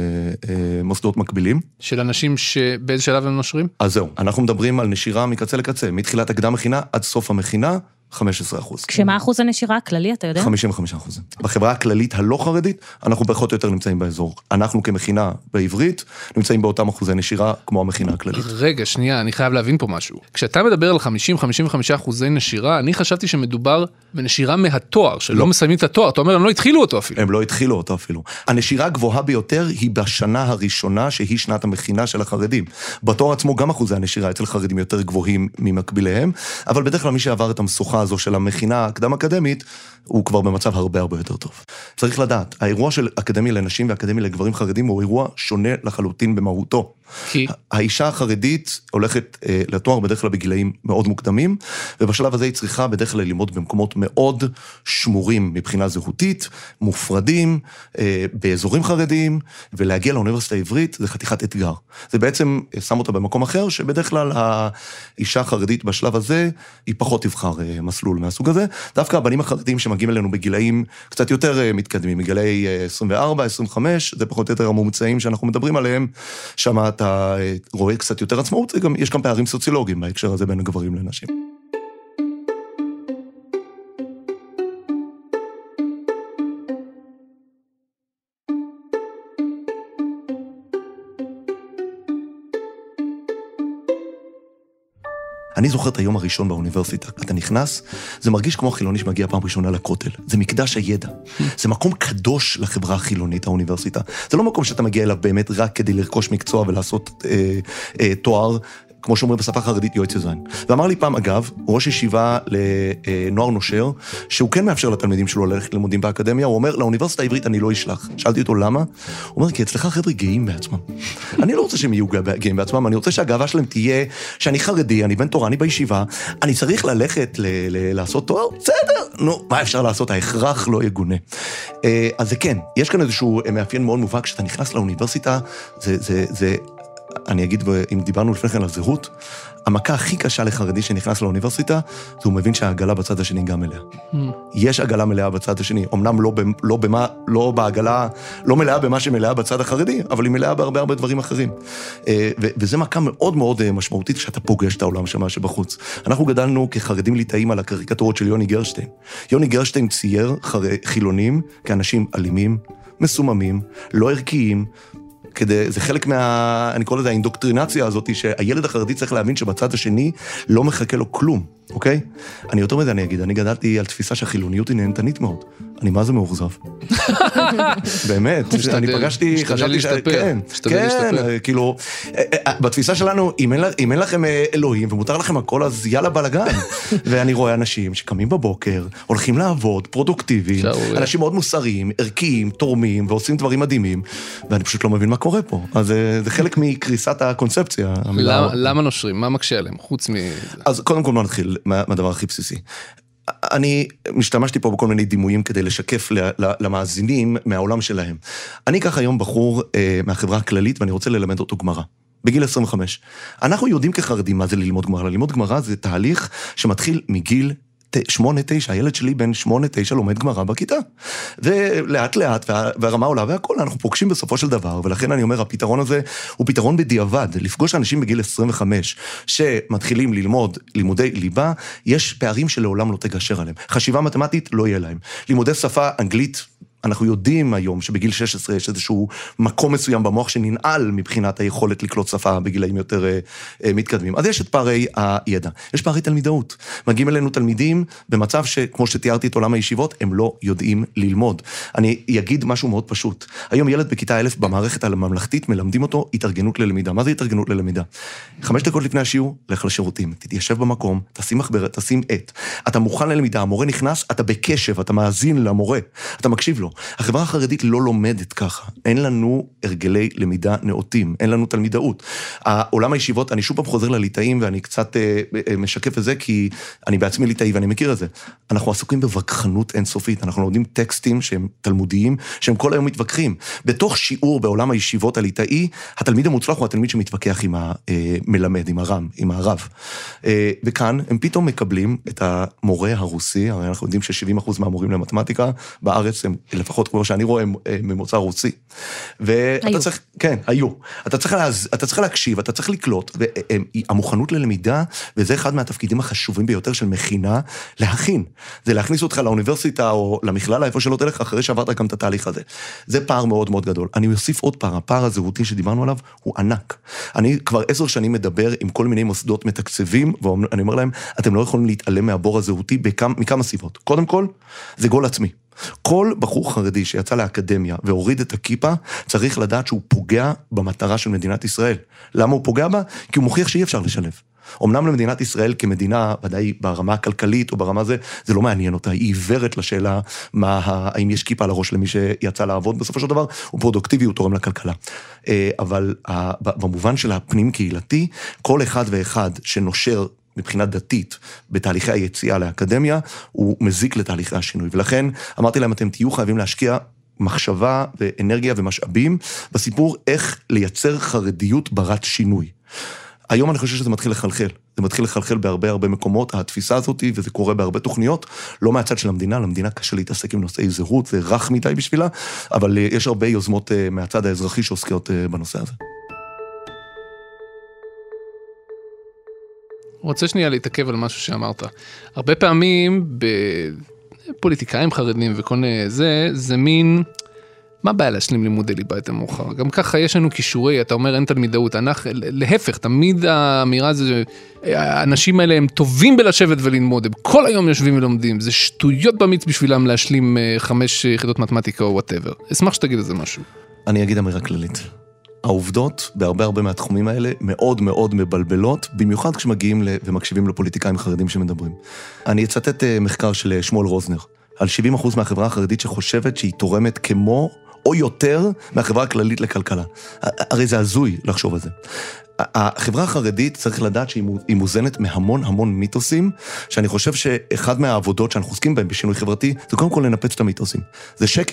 במוסדות מקבילים. של אנשים שבאיזה שלב הם נושרים? אז זהו, אנחנו מדברים על נשירה מקצה לקצה, מתחילת הקדם מכינה עד סוף המכינה, 15%. כשמה אחוז הנשירה הכללי, אתה יודע? 55%. בחברה הכללית הלא חרדית, אנחנו פחות או יותר נמצאים באזור. אנחנו כמכינה בעברית, נמצאים באותם אחוזי נשירה כמו המכינה הכללית. רגע, שנייה, אני חייב להבין פה משהו. כשאתה מדבר על 50-55% נשירה, אני חשבתי שמדובר בנשירה מהתואר, שלא מסיימים את התואר. אתה אומר, הם לא התחילו אותו אפילו. הם לא התחילו אותו אפילו. הנשירה הגבוהה ביותר היא בשנה הראשונה, שהיא שנת המכינה של החרדים. בתואר עצמו גם אחוזי הנשירה אצל חרדים יותר גבוהים ממקביליהם, אבל בדרך כלל מי שעבר את המשוכה הזו של המכינה הקדם אקדמית, הוא כבר במצב הרבה הרבה יותר טוב. צריך לדעת, האירוע של אקדמי לנשים ואקדמי לגברים חרדים הוא אירוע שונה לחלוטין במהותו. כי? האישה החרדית הולכת לתואר בדרך כלל בגילאים מאוד מוקדמים, ובשלב הזה היא צריכה בדרך כלל ללמוד במקומות מאוד שמורים מבחינה זהותית, מופרדים, באזורים חרדיים, ולהגיע לאוניברסיטה העברית זה חתיכת אתגר. זה בעצם שם אותה במקום אחר, שבדרך כלל האישה החרדית בשלב הזה, היא פחות תבחר מסלול מהסוג הזה. דווקא הבנים החרדים שמגיעים אלינו בגילאים קצת יותר מתקדמים, מגילאי 24, 25, זה פחות או יותר המומצאים שאנחנו מדברים עליהם, שם אתה רואה קצת יותר עצמאות, יש גם פערים סוציולוגיים בהקשר הזה בין הגברים לנשים. אני זוכר את היום הראשון באוניברסיטה, אתה נכנס, זה מרגיש כמו החילוני שמגיע פעם ראשונה לכותל, זה מקדש הידע, זה מקום קדוש לחברה החילונית, האוניברסיטה, זה לא מקום שאתה מגיע אליו באמת רק כדי לרכוש מקצוע ולעשות תואר, כמו שאומרים בשפה חרדית, יועץ יזין. ואמר לי פעם, אגב, ראש ישיבה לנוער נושר, שהוא כן מאפשר לתלמידים שלו ללכת ללימודים באקדמיה, הוא אומר, לאוניברסיטה העברית אני לא אשלח. שאלתי אותו למה? הוא אומר, כי אצלך חבר'ה גאים בעצמם. אני לא רוצה שהם יהיו גאים בעצמם, אני רוצה שהגאווה שלהם תהיה שאני חרדי, אני בן תורה, אני בישיבה, אני צריך ללכת לעשות תואר? בסדר, נו, מה אפשר לעשות? ההכרח לא יגונה. אז זה כן, יש כאן איזשהו מאפיין מאוד מובהק, כשאתה נכנס לאוניברסיטה, זה אני אגיד, אם דיברנו לפני כן על זהות, המכה הכי קשה לחרדי שנכנס לאוניברסיטה, זה הוא מבין שהעגלה בצד השני גם מלאה. יש עגלה מלאה בצד השני, אמנם לא בעגלה, לא מלאה במה שמלאה בצד החרדי, אבל היא מלאה בהרבה הרבה דברים אחרים. וזה מכה מאוד מאוד משמעותית כשאתה פוגש את העולם שמה שבחוץ. אנחנו גדלנו כחרדים ליטאים על הקריקטורות של יוני גרשטיין. יוני גרשטיין צייר חילונים כאנשים אלימים, מסוממים, לא ערכיים, זה חלק אני קורא לזה האינדוקטרינציה הזאת, שהילד החרדי צריך להבין שבצד השני לא מחכה לו כלום, אוקיי? אני יותר מזה, אני אגיד, אני גדלתי על תפיסה שהחילוניות היא נהנתנית מאוד. אני מה זה מאוכזב? באמת, אני פגשתי, חשבתי כן, כאילו, בתפיסה שלנו, אם אין לכם אלוהים ומותר לכם הכל, אז יאללה בלגן. ואני רואה אנשים שקמים בבוקר, הולכים לעבוד, פרודוקטיביים, אנשים מאוד מוסריים, ערכיים, תורמים, ועושים דברים מדהימים, ואני פשוט לא מבין מה קורה פה. אז זה חלק מקריסת הקונספציה. למה נושרים? מה מקשה עליהם? חוץ מ... אז קודם כל נתחיל מהדבר הכי בסיסי. אני משתמשתי פה בכל מיני דימויים כדי לשקף למאזינים מהעולם שלהם. אני אקח היום בחור מהחברה הכללית ואני רוצה ללמד אותו גמרא. בגיל 25. אנחנו יודעים כחרדים מה זה ללמוד גמרא. ללמוד גמרא זה תהליך שמתחיל מגיל 8-9, הילד שלי בין 8-9 לומד גמרא בכיתה. ולאט לאט, והרמה עולה והכל, אנחנו פוגשים בסופו של דבר, ולכן אני אומר, הפתרון הזה הוא פתרון בדיעבד, לפגוש אנשים בגיל 25, שמתחילים ללמוד לימודי ליבה, יש פערים שלעולם לא תגשר עליהם. חשיבה מתמטית לא יהיה להם. לימודי שפה אנגלית, אנחנו יודעים היום שבגיל 16 יש איזשהו מקום מסוים במוח שננעל מבחינת היכולת לקלוט שפה בגילאים יותר מתקדמים. אז יש את פערי הידע. יש פערי תלמידאות. מגיעים אלינו תלמידים במצב שכמו שתיארתי את עולם הישיבות, הם לא יודעים ללמוד. אני אגיד משהו מאוד פשוט. היום ילד בכיתה 1000 במערכת הממלכתית מלמדים אותו התארגנות ללמידה. מה זה התארגנות ללמידה? 5 דקות לפני השיעור, לך לשירותים. תתיישב במקום, תשים מחברת, תשים עט. אתה מוכן ללמידה, המורה נכנס, אתה בקשב, אתה מאזין למורה, אתה מקשיב לו. החברה החרדית לא לומדת ככה. אין לנו הרגלי למידה נאותים, אין לנו תלמידאות. העולם הישיבות, אני שוב פעם חוזר לליטאים, ואני קצת משקף את זה, כי אני בעצמי ליטאי ואני מכיר את זה. אנחנו עסוקים בווכחנות אינסופית, אנחנו לומדים טקסטים שהם תלמודיים, שהם כל היום מתווכחים. בתוך שיעור בעולם הישיבות הליטאי, התלמיד המוצלח הוא התלמיד שמתווכח עם המלמד, עם הרב. וכאן הם פתאום מקבלים את המורה הרוסי, הרי אנחנו יודעים ש70% מהמורים למתמטיקה בארץ הם לפחות כמו שאני רואה ממוצא רוסי. ואתה צריך, כן, היו. אתה צריך להקשיב, אתה צריך לקלוט, והמוכנות ללמידה, וזה אחד מהתפקידים החשובים ביותר של מכינה, להכין. זה להכניס אותך לאוניברסיטה או למכללה, איפה שלא תלך, אחרי שעברת גם את התהליך הזה. זה פער מאוד מאוד גדול. אני אוסיף עוד פער, הפער הזהותי שדיברנו עליו, הוא ענק. אני כבר 10 שנים מדבר עם כל מיני מוסדות מתקצבים, ואני אומר להם, אתם לא יכולים להתעלם מהבור הזהותי מכמה סיבות. קודם כל, זה גול עצמי. כל בחור חרדי שיצא לאקדמיה והוריד את הכיפה, צריך לדעת שהוא פוגע במטרה של מדינת ישראל. למה הוא פוגע בה? כי הוא מוכיח שאי אפשר לשלב. אמנם למדינת ישראל כמדינה, ודאי ברמה הכלכלית או ברמה זה לא מעניין אותה, היא עיוורת לשאלה האם יש כיפה על הראש למי שיצא לעבוד, בסופו של דבר הוא פרודוקטיבי, הוא תורם לכלכלה. אבל במובן של הפנים קהילתי, כל אחד ואחד שנושר מבחינה דתית, בתהליכי היציאה לאקדמיה, הוא מזיק לתהליכי השינוי. ולכן, אמרתי להם, אתם תהיו חייבים להשקיע מחשבה ואנרגיה ומשאבים, בסיפור איך לייצר חרדיות ברת שינוי. היום אני חושב שזה מתחיל לחלחל. זה מתחיל לחלחל בהרבה מקומות, התפיסה הזאת, וזה קורה בהרבה תוכניות, לא מהצד של המדינה, למדינה קשה להתעסק עם נושאי זהות, זה רך מדי בשבילה, אבל יש הרבה יוזמות מהצד האזרחי שעוסקות בנושא הזה. רוצה שנייה להתעכב על משהו שאמרת. הרבה פעמים בפוליטיקאים חרדים וכל זה מין, מה בעיה להשלים לימודי ליבה יותר מאוחר? גם ככה יש לנו כישורי, אתה אומר אין תלמידאות, להפך, תמיד האמירה זה, האנשים האלה הם טובים בלשבת וללמוד, הם כל היום יושבים ולומדים, זה שטויות במיץ בשבילם להשלים 5 יחידות מתמטיקה או whatever. אשמח שתגיד על זה משהו. אני אגיד אמירה כללית. העובדות בהרבה מהתחומים האלה מאוד מאוד מבלבלות, במיוחד כשמגיעים ומקשיבים לפוליטיקאים חרדים שמדברים. אני אצטט מחקר של שמואל רוזנר, על 70% מהחברה החרדית שחושבת שהיא תורמת כמו או יותר מהחברה הכללית לכלכלה. הרי זה הזוי לחשוב על זה. החברה החרדית צריך לדעת שהיא מוזנת מהמון מיתוסים, שאני חושב שאחד מהעבודות שאנחנו עוסקים בהם בשינוי חברתי, זה קודם כל לנפץ את המיתוסים. זה שקר.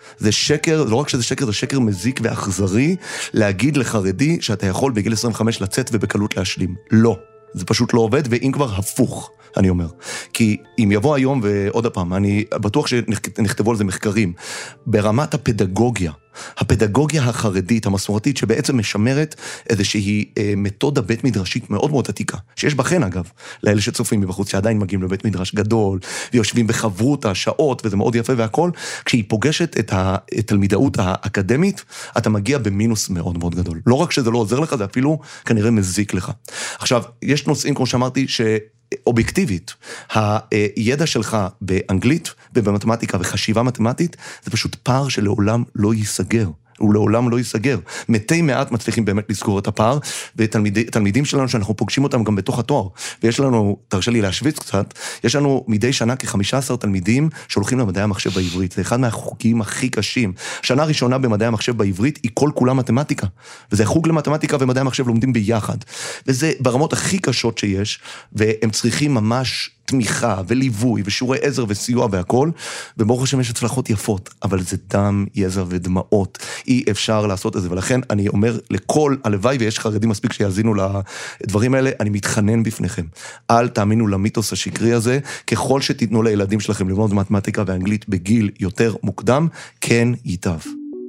זה שקר, לא רק שזה שקר, זה שקר מזיק ואכזרי, להגיד לחרדי שאתה יכול בגיל 25 לצאת ובקלות להשלים. לא. זה פשוט לא עובד, ואם כבר הפוך, אני אומר. כי אם יבוא היום, ועוד הפעם, אני בטוח שנכתבו על זה מחקרים, ברמת הפדגוגיה החרדית, המסורתית, שבעצם משמרת איזושהי מתודה בית מדרשית מאוד מאוד עתיקה, שיש בכן אגב, לאלה שצופים מבחוץ, שעדיין מגיעים לבית מדרש גדול, ויושבים בחברותה, שעות, וזה מאוד יפה והכל, כשהיא פוגשת את התלמידאות האקדמית, אתה מגיע במינוס מאוד מאוד גדול. לא רק שזה לא עוזר לך, זה אפילו כנראה מזיק לך. עכשיו, יש נושאים, כמו שאמרתי, אובייקטיבית, הידע שלך באנגלית ובמתמטיקה וחשיבה מתמטית, זה פשוט פער שלעולם לא ייסגר. הוא לעולם לא ייסגר. מתי מעט מצליחים באמת לסגור את הפער, ותלמידים שלנו שאנחנו פוגשים אותם גם בתוך התואר, ויש לנו, תרשה לי להשוויץ קצת, יש לנו מדי שנה כ-15 תלמידים שהולכים למדעי המחשב בעברית, זה אחד מהחוקים הכי קשים. שנה ראשונה במדעי המחשב בעברית היא כל כולה מתמטיקה, וזה חוג למתמטיקה ומדעי המחשב לומדים ביחד, וזה ברמות הכי קשות שיש, והם צריכים ממש תמיכה וליווי ושיעורי עזר וסיוע והכל, וברוך השם יש הצלחות יפות, אבל זה דם, יזע ודמעות, אי אפשר לעשות את זה, ולכן אני אומר לכל, הלוואי ויש חרדים מספיק שיאזינו לדברים האלה, אני מתחנן בפניכם, אל תאמינו למיתוס השקרי הזה, ככל שתיתנו לילדים שלכם ללמוד מתמטיקה ואנגלית בגיל יותר מוקדם, כן ייטב.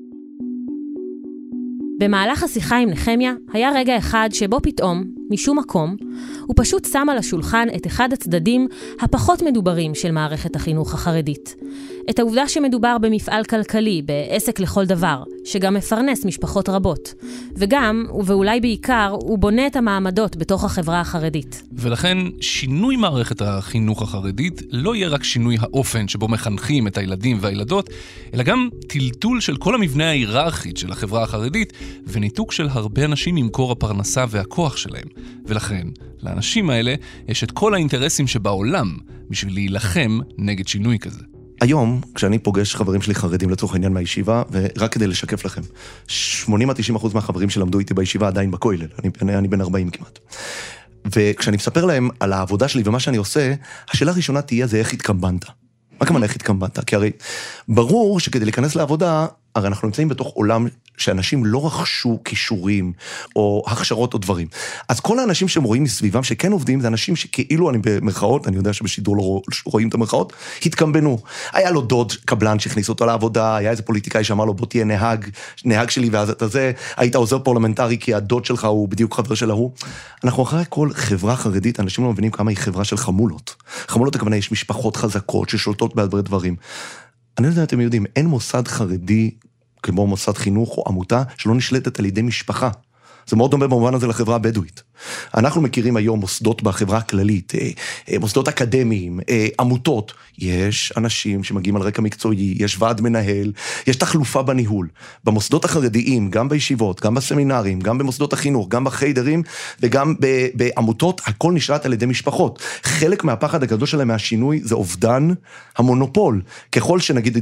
במהלך השיחה עם נחמיה, היה רגע אחד שבו פתאום, משום מקום, הוא פשוט שם על השולחן את אחד הצדדים הפחות מדוברים של מערכת החינוך החרדית. את העובדה שמדובר במפעל כלכלי, בעסק לכל דבר, שגם מפרנס משפחות רבות. וגם, ואולי בעיקר, הוא בונה את המעמדות בתוך החברה החרדית. ולכן שינוי מערכת החינוך החרדית לא יהיה רק שינוי האופן שבו מחנכים את הילדים והילדות, אלא גם טלטול של כל המבנה ההיררכית של החברה החרדית, וניתוק של הרבה אנשים ממקור הפרנסה והכוח שלהם. ולכן, לאנשים האלה יש את כל האינטרסים שבעולם בשביל להילחם נגד שינוי כזה. היום, כשאני פוגש חברים שלי חרדים לצורך העניין מהישיבה, ורק כדי לשקף לכם, 80-90% מהחברים שלמדו איתי בישיבה עדיין בכולל, אני בן 40 כמעט. וכשאני מספר להם על העבודה שלי ומה שאני עושה, השאלה הראשונה תהיה זה איך התקמבנת. מה כמובן איך התקמבנת? כי הרי ברור שכדי להיכנס לעבודה, הרי אנחנו נמצאים בתוך עולם שאנשים לא רכשו כישורים או הכשרות או דברים. אז כל האנשים שהם רואים מסביבם שכן עובדים, זה אנשים שכאילו אני במרכאות, אני יודע שבשידור לא רואים את המרכאות, התקמבנו. היה לו דוד קבלן שהכניס אותו לעבודה, היה איזה פוליטיקאי שאמר לו בוא תהיה נהג שלי, ואז אתה זה, היית עוזר פרלמנטרי כי הדוד שלך הוא בדיוק חבר של ההוא. אנחנו אחרי כל חברה חרדית, אנשים לא מבינים כמה היא חברה של חמולות. חמולות הכוונה יש משפחות חזקות ששולטות בהרבה דברים. אני לא יודע, אתם יודעים, אין מוסד חרדי כמו מוסד חינוך או עמותה שלא נשלטת על ידי משפחה. זה מאוד דומה במובן הזה לחברה הבדואית. אנחנו מכירים היום מוסדות בחברה הכללית, מוסדות אקדמיים, עמותות. יש אנשים שמגיעים על רקע מקצועי, יש ועד מנהל, יש תחלופה בניהול. במוסדות החרדיים, גם בישיבות, גם בסמינרים, גם במוסדות החינוך, גם בחיידרים, וגם בעמותות, הכל נשלט על ידי משפחות. חלק מהפחד הגדול שלהם מהשינוי זה אובדן המונופול. ככל שנגיד,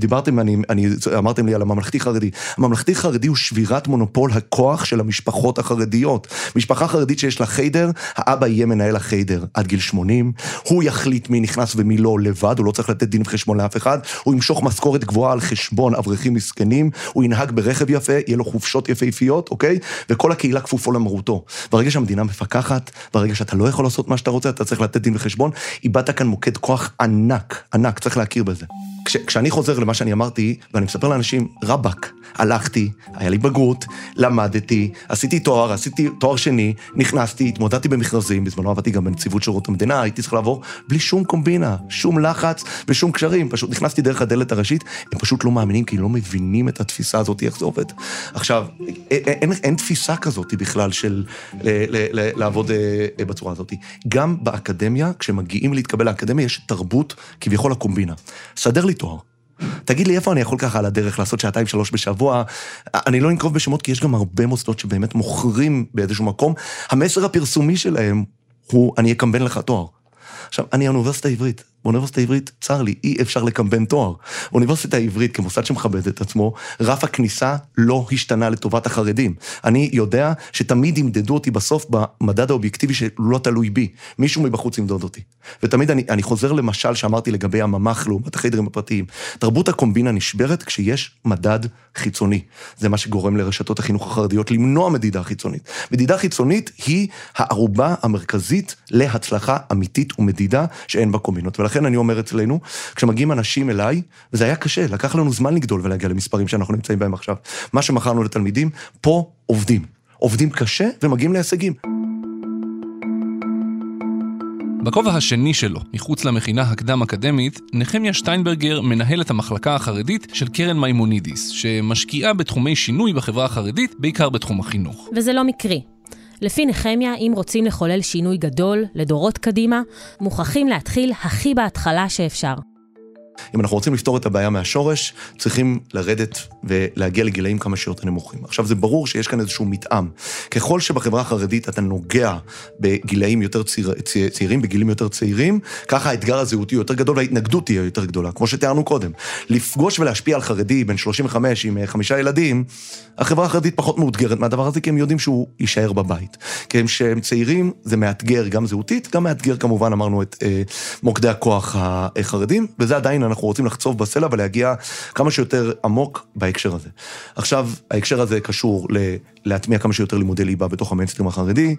אמרתם לי על הממלכתי חרדי. הממלכתי חרדי הוא שבירת מונופול הכוח של המשפחות החרדיות. משפחה חרדית שיש לה חיידר, האבא יהיה מנהל החיידר עד גיל 80, הוא יחליט מי נכנס ומי לא לבד, הוא לא צריך לתת דין וחשבון לאף אחד, הוא ימשוך משכורת גבוהה על חשבון אברכים מסכנים, הוא ינהג ברכב יפה, יהיה לו חופשות יפהפיות, אוקיי? וכל הקהילה כפופו למרותו. ברגע שהמדינה מפקחת, ברגע שאתה לא יכול לעשות מה שאתה רוצה, אתה צריך לתת דין וחשבון, איבדת כאן מוקד כוח ענק, צריך להכיר בזה. כשאני חוזר למה שאני אמרתי, ואני מספר לאנשים, רבק, הלכתי, היה לי בגרות, למדתי, עשיתי תואר שני, נכנסתי, התמודדתי במכרזים, בזמנו עבדתי גם בנציבות שירות המדינה, הייתי צריך לעבור בלי שום קומבינה, שום לחץ ושום קשרים, פשוט נכנסתי דרך הדלת הראשית, הם פשוט לא מאמינים, כי לא מבינים את התפיסה הזאת, איך זה עובד. עכשיו, אין תפיסה כזאת בכלל של לעבוד בצורה הזאת. גם באקדמיה, כשמגיעים להתקבל לאקדמיה, יש תרבות כביכול הקומבינה. סדר לי תואר. תגיד לי איפה אני יכול ככה על הדרך לעשות 2-3 בשבוע, אני לא אנקוב בשמות כי יש גם הרבה מוסדות שבאמת מוכרים באיזשהו מקום, המסר הפרסומי שלהם הוא אני אקמבן לך תואר. עכשיו, אני האוניברסיטה העברית, באוניברסיטה העברית, צר לי, אי אפשר לקמבן תואר. באוניברסיטה העברית, כמוסד שמכבד את עצמו, רף הכניסה לא השתנה לטובת החרדים. אני יודע שתמיד ימדדו אותי בסוף במדד האובייקטיבי שלא תלוי בי. מישהו מבחוץ ימדוד אותי. ותמיד אני חוזר למשל שאמרתי לגבי הממ"ח לעומת החיידרים הפרטיים. תרבות הקומבינה נשברת כשיש מדד חיצוני. זה מה שגורם לרשתות החינוך החרדיות למנוע מדידה חיצונית. מדידה חיצונית היא הערובה המרכזית להצלחה אמיתית ומדידה שאין בה קומבינות. ולכן אני אומר אצלנו, כשמגיעים אנשים אליי, וזה היה קשה, לקח לנו זמן לגדול ולהגיע למספרים שאנחנו נמצאים בהם עכשיו. מה שמכרנו לתלמידים, פה עובדים. עובדים קשה ומגיעים להישגים. בכובע השני שלו, מחוץ למכינה הקדם-אקדמית, נחמיה שטיינברגר מנהל את המחלקה החרדית של קרן מימונידיס, שמשקיעה בתחומי שינוי בחברה החרדית, בעיקר בתחום החינוך. וזה לא מקרי. לפי נחמיה, אם רוצים לחולל שינוי גדול, לדורות קדימה, מוכרחים להתחיל הכי בהתחלה שאפשר. אם אנחנו רוצים לפתור את הבעיה מהשורש, צריכים לרדת ולהגיע לגילאים כמה שיותר נמוכים. עכשיו זה ברור שיש כאן איזשהו מתאם. ככל שבחברה החרדית אתה נוגע בגילאים יותר צעירים, בגילים יותר צעירים, ככה האתגר הזהותי יותר גדול וההתנגדות תהיה יותר גדולה, כמו שתיארנו קודם. לפגוש ולהשפיע על חרדי בין 35 עם 5 ילדים, החברה החרדית פחות מאותגרת מהדבר הזה, כי הם יודעים שהוא יישאר בבית. כי הם צעירים, זה מאתגר גם זהותית, גם מאתגר כמובן, אמרנו את מוקדי הכוח החרדים, וזה עדיין אנחנו רוצים לחצוב בסלע ולהגיע כמה שיותר עמוק בהקשר הזה. עכשיו, ההקשר הזה קשור להטמיע כמה שיותר לימודי ליבה בתוך המיינסטרים החרדי,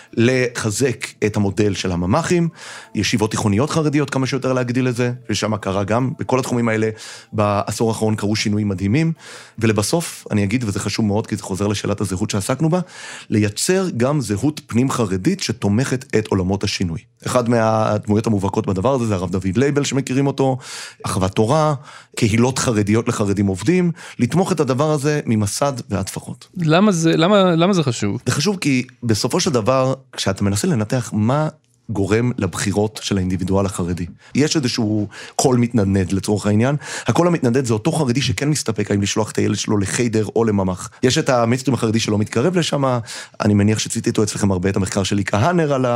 לחזק את המודל של הממ"חים, ישיבות תיכוניות חרדיות כמה שיותר להגדיל את זה, ושם קרה גם, בכל התחומים האלה, בעשור האחרון קרו שינויים מדהימים, ולבסוף, אני אגיד, וזה חשוב מאוד, כי זה חוזר לשאלת הזהות שעסקנו בה, לייצר גם זהות פנים חרדית שתומכת את עולמות השינוי. אחד מהדמויות המובהקות בדבר הזה, זה הרב דוד לייבל שמכירים אותו, אחוות תורה, קהילות חרדיות לחרדים עובדים, לתמוך את הדבר הזה ממסד ועד טפחות. למה זה חשוב? זה חשוב כי בסופו של דבר, כשאתה מנסה לנתח מה גורם לבחירות של האינדיבידואל החרדי. יש איזשהו קול מתנדנד לצורך העניין. הקול המתנדנד זה אותו חרדי שכן מסתפק האם לשלוח את הילד שלו לחיידר או לממ"ח. יש את המיינסטרים החרדי שלא מתקרב לשם, אני מניח שציטטו אצלכם הרבה את המחקר של ליקה הנר על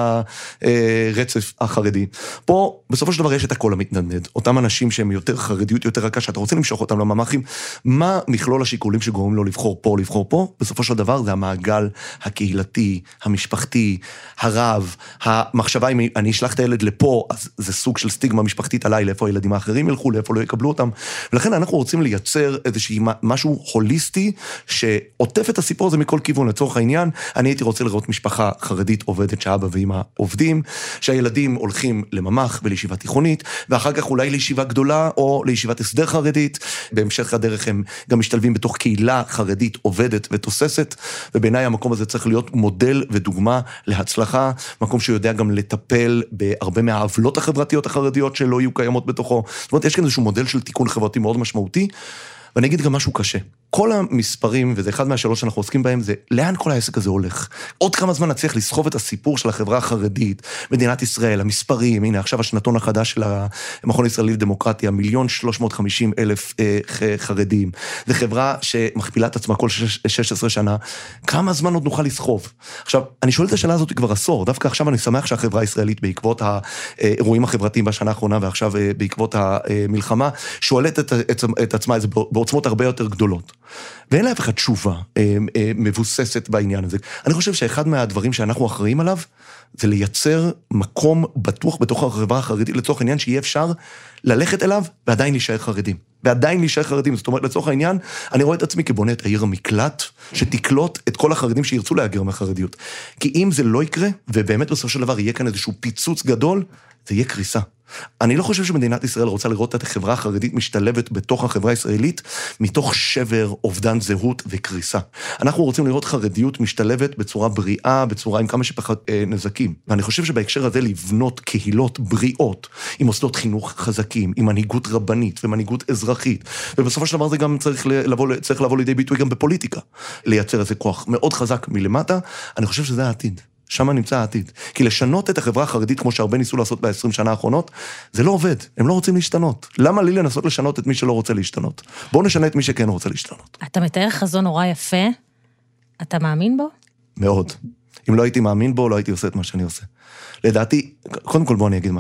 הרצף החרדי. פה בסופו של דבר יש את הקול המתנדנד. אותם אנשים שהם יותר חרדיות, יותר רכה, שאתה רוצה למשוך אותם לממ"חים, מה מכלול השיקולים שגורמים לו לבחור פה או לבחור פה? בסופו של דבר זה המעגל הקהילתי, המשפחתי, הרב, המחשבה אם אני אשלח את הילד לפה, אז זה סוג של סטיגמה משפחתית עליי, לאיפה הילדים האחרים ילכו, לאיפה לא יקבלו אותם. ולכן אנחנו רוצים לייצר איזושהי משהו הוליסטי, שעוטף את הסיפור הזה מכל כיוון. לצורך העניין, אני הייתי רוצה לראות משפחה חרדית עובדת שאבא ואמא עובדים, שהילדים הולכים לממ"ח ולישיבה תיכונית, ואחר כך אולי לישיבה גדולה, או לישיבת הסדר חרדית. בהמשך הדרך הם גם משתלבים בתוך קהילה חרדית עובדת ותוססת, ובעיניי המקום הזה צריך להיות מודל ודוגמה להצלחה, מקום שיודע גם לטפל בהרבה מהעוולות החברתיות החרדיות שלא יהיו קיימות בתוכו. זאת אומרת, יש כאן איזשהו מודל של תיקון חברתי מאוד משמעותי, ואני אגיד גם משהו קשה. כל המספרים, וזה אחד מהשאלות שאנחנו עוסקים בהם, זה לאן כל העסק הזה הולך? עוד כמה זמן נצליח לסחוב את הסיפור של החברה החרדית, מדינת ישראל, המספרים, הנה עכשיו השנתון החדש של המכון הישראלי לדמוקרטיה, 1,350,000 חרדים. זו חברה שמכפילה את עצמה כל 16 שנה. כמה זמן עוד נוכל לסחוב? עכשיו, אני שואל את השאלה הזאת כבר עשור, דווקא עכשיו אני שמח שהחברה הישראלית, בעקבות האירועים החברתיים בשנה האחרונה, ועכשיו בעקבות המלחמה, שואלת את עצמה בעוצמות הרבה יותר גדולות. ואין לה אף אחד תשובה מבוססת בעניין הזה. אני חושב שאחד מהדברים שאנחנו אחראים עליו, זה לייצר מקום בטוח בתוך החברה החרדית, לצורך העניין שיהיה אפשר ללכת אליו ועדיין להישאר חרדים. ועדיין להישאר חרדים. זאת אומרת, לצורך העניין, אני רואה את עצמי כבונה את העיר המקלט, שתקלוט את כל החרדים שירצו להגר מהחרדיות. כי אם זה לא יקרה, ובאמת בסופו של דבר יהיה כאן איזשהו פיצוץ גדול, זה יהיה קריסה. אני לא חושב שמדינת ישראל רוצה לראות את החברה החרדית משתלבת בתוך החברה הישראלית, מתוך שבר, אובדן זהות וקריסה. אנחנו רוצים לראות חרדיות משתלבת בצורה בריאה, בצורה עם כמה שפחות נזקים. ואני חושב שבהקשר הזה לבנות קהילות בריאות, עם מוסדות חינוך חזקים, עם מנהיגות רבנית ומנהיגות אזרחית, ובסופו של דבר זה גם צריך לבוא לידי ביטוי גם בפוליטיקה, לייצר איזה כוח מאוד חזק מלמטה. אני חושב שזה העתיד. שם נמצא העתיד. כי לשנות את החברה החרדית, כמו שהרבה ניסו לעשות ב-20 שנה האחרונות, זה לא עובד. הם לא רוצים להשתנות. למה לי לנסות לשנות את מי שלא רוצה להשתנות? בואו נשנה את מי שכן רוצה להשתנות. אתה מתאר חזון נורא יפה. אתה מאמין בו? מאוד. אם לא הייתי מאמין בו, לא הייתי עושה את מה שאני עושה. לדעתי, קודם כל בואו אני אגיד משהו.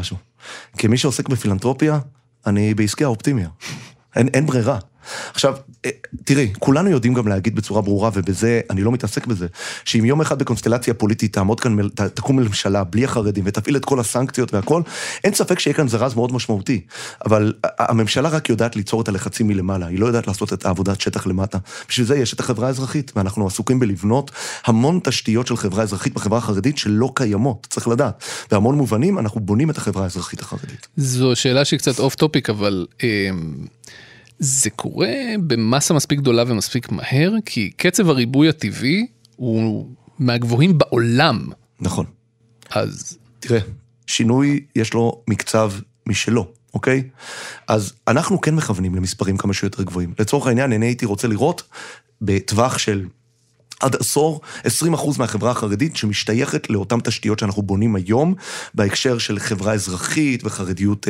כמי שעוסק בפילנטרופיה, אני בעסקי האופטימיה. אין ברירה. עכשיו, תראי, כולנו יודעים גם להגיד בצורה ברורה, ובזה, אני לא מתעסק בזה, שאם יום אחד בקונסטלציה פוליטית תעמוד כאן, תקום ממשלה בלי החרדים, ותפעיל את כל הסנקציות והכל, אין ספק שיהיה כאן זרז מאוד משמעותי, אבל הממשלה רק יודעת ליצור את הלחצים מלמעלה, היא לא יודעת לעשות את העבודת שטח למטה, בשביל זה יש את החברה האזרחית, ואנחנו עסוקים בלבנות המון תשתיות של חברה אזרחית בחברה החרדית שלא קיימות, צריך לדעת, והמון מובנים אנחנו בונים את החברה האזרחית החרדית. זו שאלה שהיא קצת אוף טופיק, אבל זה קורה במסה מספיק גדולה ומספיק מהר, כי קצב הריבוי הטבעי הוא מהגבוהים בעולם. נכון. אז תראה, שינוי יש לו מקצב משלו, אוקיי? אז אנחנו כן מכוונים למספרים כמה שיותר גבוהים. לצורך העניין, אני הייתי רוצה לראות בטווח של עד עשור, 20% מהחברה החרדית שמשתייכת לאותן תשתיות שאנחנו בונים היום, בהקשר של חברה אזרחית וחרדיות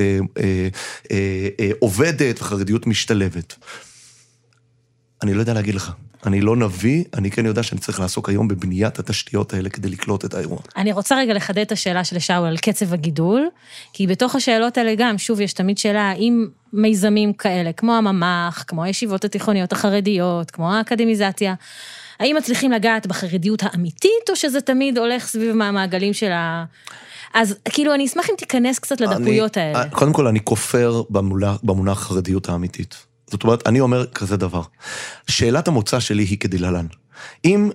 עובדת וחרדיות משתלבת. אני לא יודע להגיד לך. אני לא נביא, אני כן יודע שאני צריך לעסוק היום בבניית התשתיות האלה כדי לקלוט את האירוע. אני רוצה רגע לחדד את השאלה של שאול על קצב הגידול, כי בתוך השאלות האלה גם, שוב, יש תמיד שאלה, האם מיזמים כאלה, כמו הממ"ח, כמו הישיבות התיכוניות החרדיות, כמו האקדמיזציה, האם מצליחים לגעת בחרדיות האמיתית, או שזה תמיד הולך סביב מהמעגלים של ה... אז כאילו, אני אשמח אם תיכנס קצת לדקויות האלה. קודם כל, אני כופר במונח חרדיות האמיתית. זאת אומרת, אני אומר כזה דבר. שאלת המוצא שלי היא כדלהלן. אם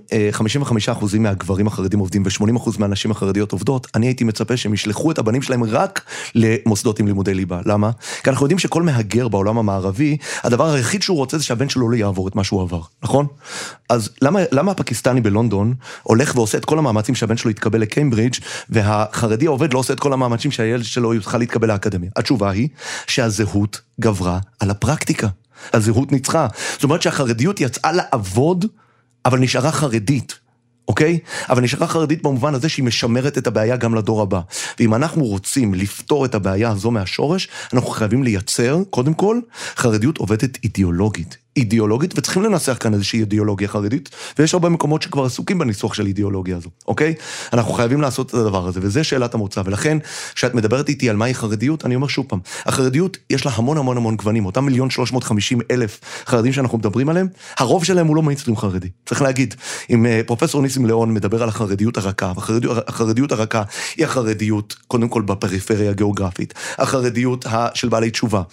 55% מהגברים החרדים עובדים ו80% מהנשים החרדיות עובדות, אני הייתי מצפה שהם ישלחו את הבנים שלהם רק למוסדות עם לימודי ליבה. למה? כי אנחנו יודעים שכל מהגר בעולם המערבי, הדבר היחיד שהוא רוצה זה שהבן שלו לא יעבור את מה שהוא עבר, נכון? אז למה הפקיסטני בלונדון הולך ועושה את כל המאמצים שהבן שלו יתקבל לקיימברידג' והחרדי העובד לא עושה את כל המאמצים שהילד שלו יוכל להתקבל לאקדמיה? התשובה היא שהזהות גברה על הפרקטיקה. הזהות ניצחה. זאת אומרת שהחרדיות יצאה לעבוד אבל נשארה חרדית, אוקיי? אבל נשארה חרדית במובן הזה שהיא משמרת את הבעיה גם לדור הבא. ואם אנחנו רוצים לפתור את הבעיה הזו מהשורש, אנחנו חייבים לייצר, קודם כל, חרדיות עובדת אידיאולוגית, וצריכים לנסח כאן איזושהי אידיאולוגיה חרדית, ויש הרבה מקומות שכבר עסוקים בניסוח של אידיאולוגיה הזו, אוקיי? אנחנו חייבים לעשות את הדבר הזה, וזה שאלת המוצא, ולכן, כשאת מדברת איתי על מהי חרדיות, אני אומר שוב פעם, החרדיות יש לה המון גוונים, אותם 1,350,000 חרדים שאנחנו מדברים עליהם, הרוב שלהם הוא לא מיינסטרים חרדי, צריך להגיד, אם פרופסור ניסים ליאון מדבר על החרדיות הרכה, החרדיות הרכה היא החרדיות, קודם כל בפריפריה הגיאוגרפית, החרדיות של בעלי תשובה,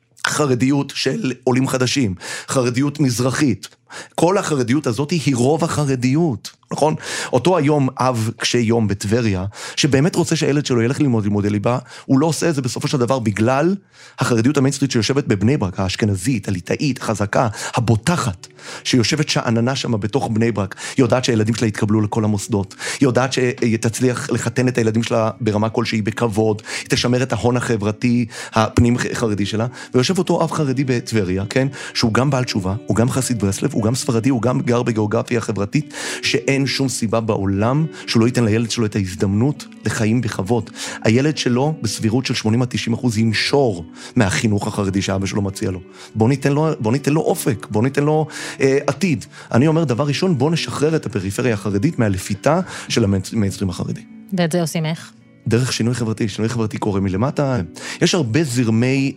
חרדיות של עולים חדשים, חרדיות מזרחית, כל החרדיות הזאת היא רוב החרדיות, נכון? אותו היום אב קשה יום בטבריה, שבאמת רוצה שהילד שלו ילך ללמוד לימודי ליבה, הוא לא עושה את זה בסופו של דבר בגלל החרדיות המיינסטרית שיושבת בבני ברק, האשכנזית, הליטאית, החזקה, הבוטחת, שיושבת שעננה שם בתוך בני ברק, היא יודעת שהילדים שלה יתקבלו לכל המוסדות, היא יודעת שתצליח לחתן את הילדים שלה ברמה כלשהי בכבוד, היא תשמר את ההון החברתי, הפנים חרדי שלה, ויושב אותו אב חרדי בטבריה, כן? שהוא גם בעל תשובה, הוא גם חסיד ברסלב, הוא גם ספרדי, הוא גם גר בגיאוגרפיה חברתית, שאין שום סיבה בעולם שהוא לא ייתן לילד שלו את ההזדמנות לחיים בכבוד. הילד שלו, בסבירות של 80-90%, ינשור מהחינוך החרדי שהאבא שלו מציע לו. בוא ניתן לו אופק, בוא ניתן לו עתיד. אני אומר, דבר ראשון, בוא נשחרר את הפריפריה החרדית מהלפיתה של המיינסטרים החרדי. ואת זה עושים איך? דרך שינוי חברתי. שינוי חברתי קורה מלמטה. יש הרבה זרמי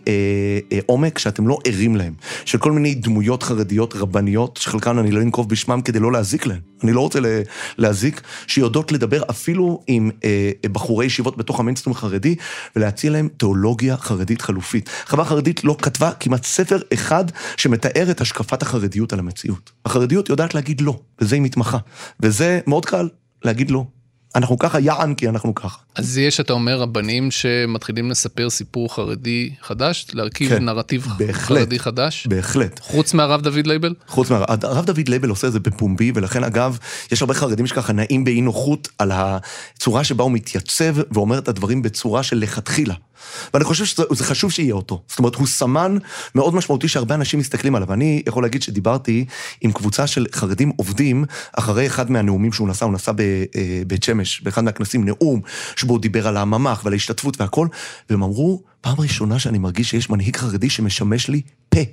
עומק שאתם לא ערים להם, של כל מיני דמויות חרדיות רבניות, שחלקן אני לא אנקוב בשמם כדי לא להזיק להם. אני לא רוצה להזיק, שיודעות לדבר אפילו עם בחורי ישיבות בתוך המיינסטרים החרדי, ולהציע להם תיאולוגיה חרדית חלופית. חברה חרדית לא כתבה כמעט ספר אחד שמתאר את השקפת החרדיות על המציאות. החרדיות יודעת להגיד לא, וזה היא מתמחה. וזה מאוד קל להגיד לא. אנחנו ככה יען כי אנחנו ככה. אז יש, אתה אומר, רבנים שמתחילים לספר סיפור חרדי חדש, להרכיב נרטיב חרדי חדש? בהחלט. חוץ מהרב דוד לייבל? הרב דוד לייבל עושה את זה בפומבי, ולכן אגב, יש הרבה חרדים שככה נעים באי נוחות על הצורה שבה הוא מתייצב ואומר את הדברים בצורה של לכתחילה. ואני חושב שזה חשוב שיהיה אותו. זאת אומרת, הוא סמן מאוד משמעותי שהרבה אנשים מסתכלים עליו. אני יכול להגיד שדיברתי עם קבוצה של חרדים עובדים, אחרי אחד מהנאומים שהוא נסע, הוא נסע בבית שמש, באחד מהכנסים, נאום, שבו הוא דיבר על הממ"ח ועל ההשתתפות והכל, והם אמרו, פעם ראשונה שאני מרגיש שיש מנהיג חרדי שמשמש לי פה.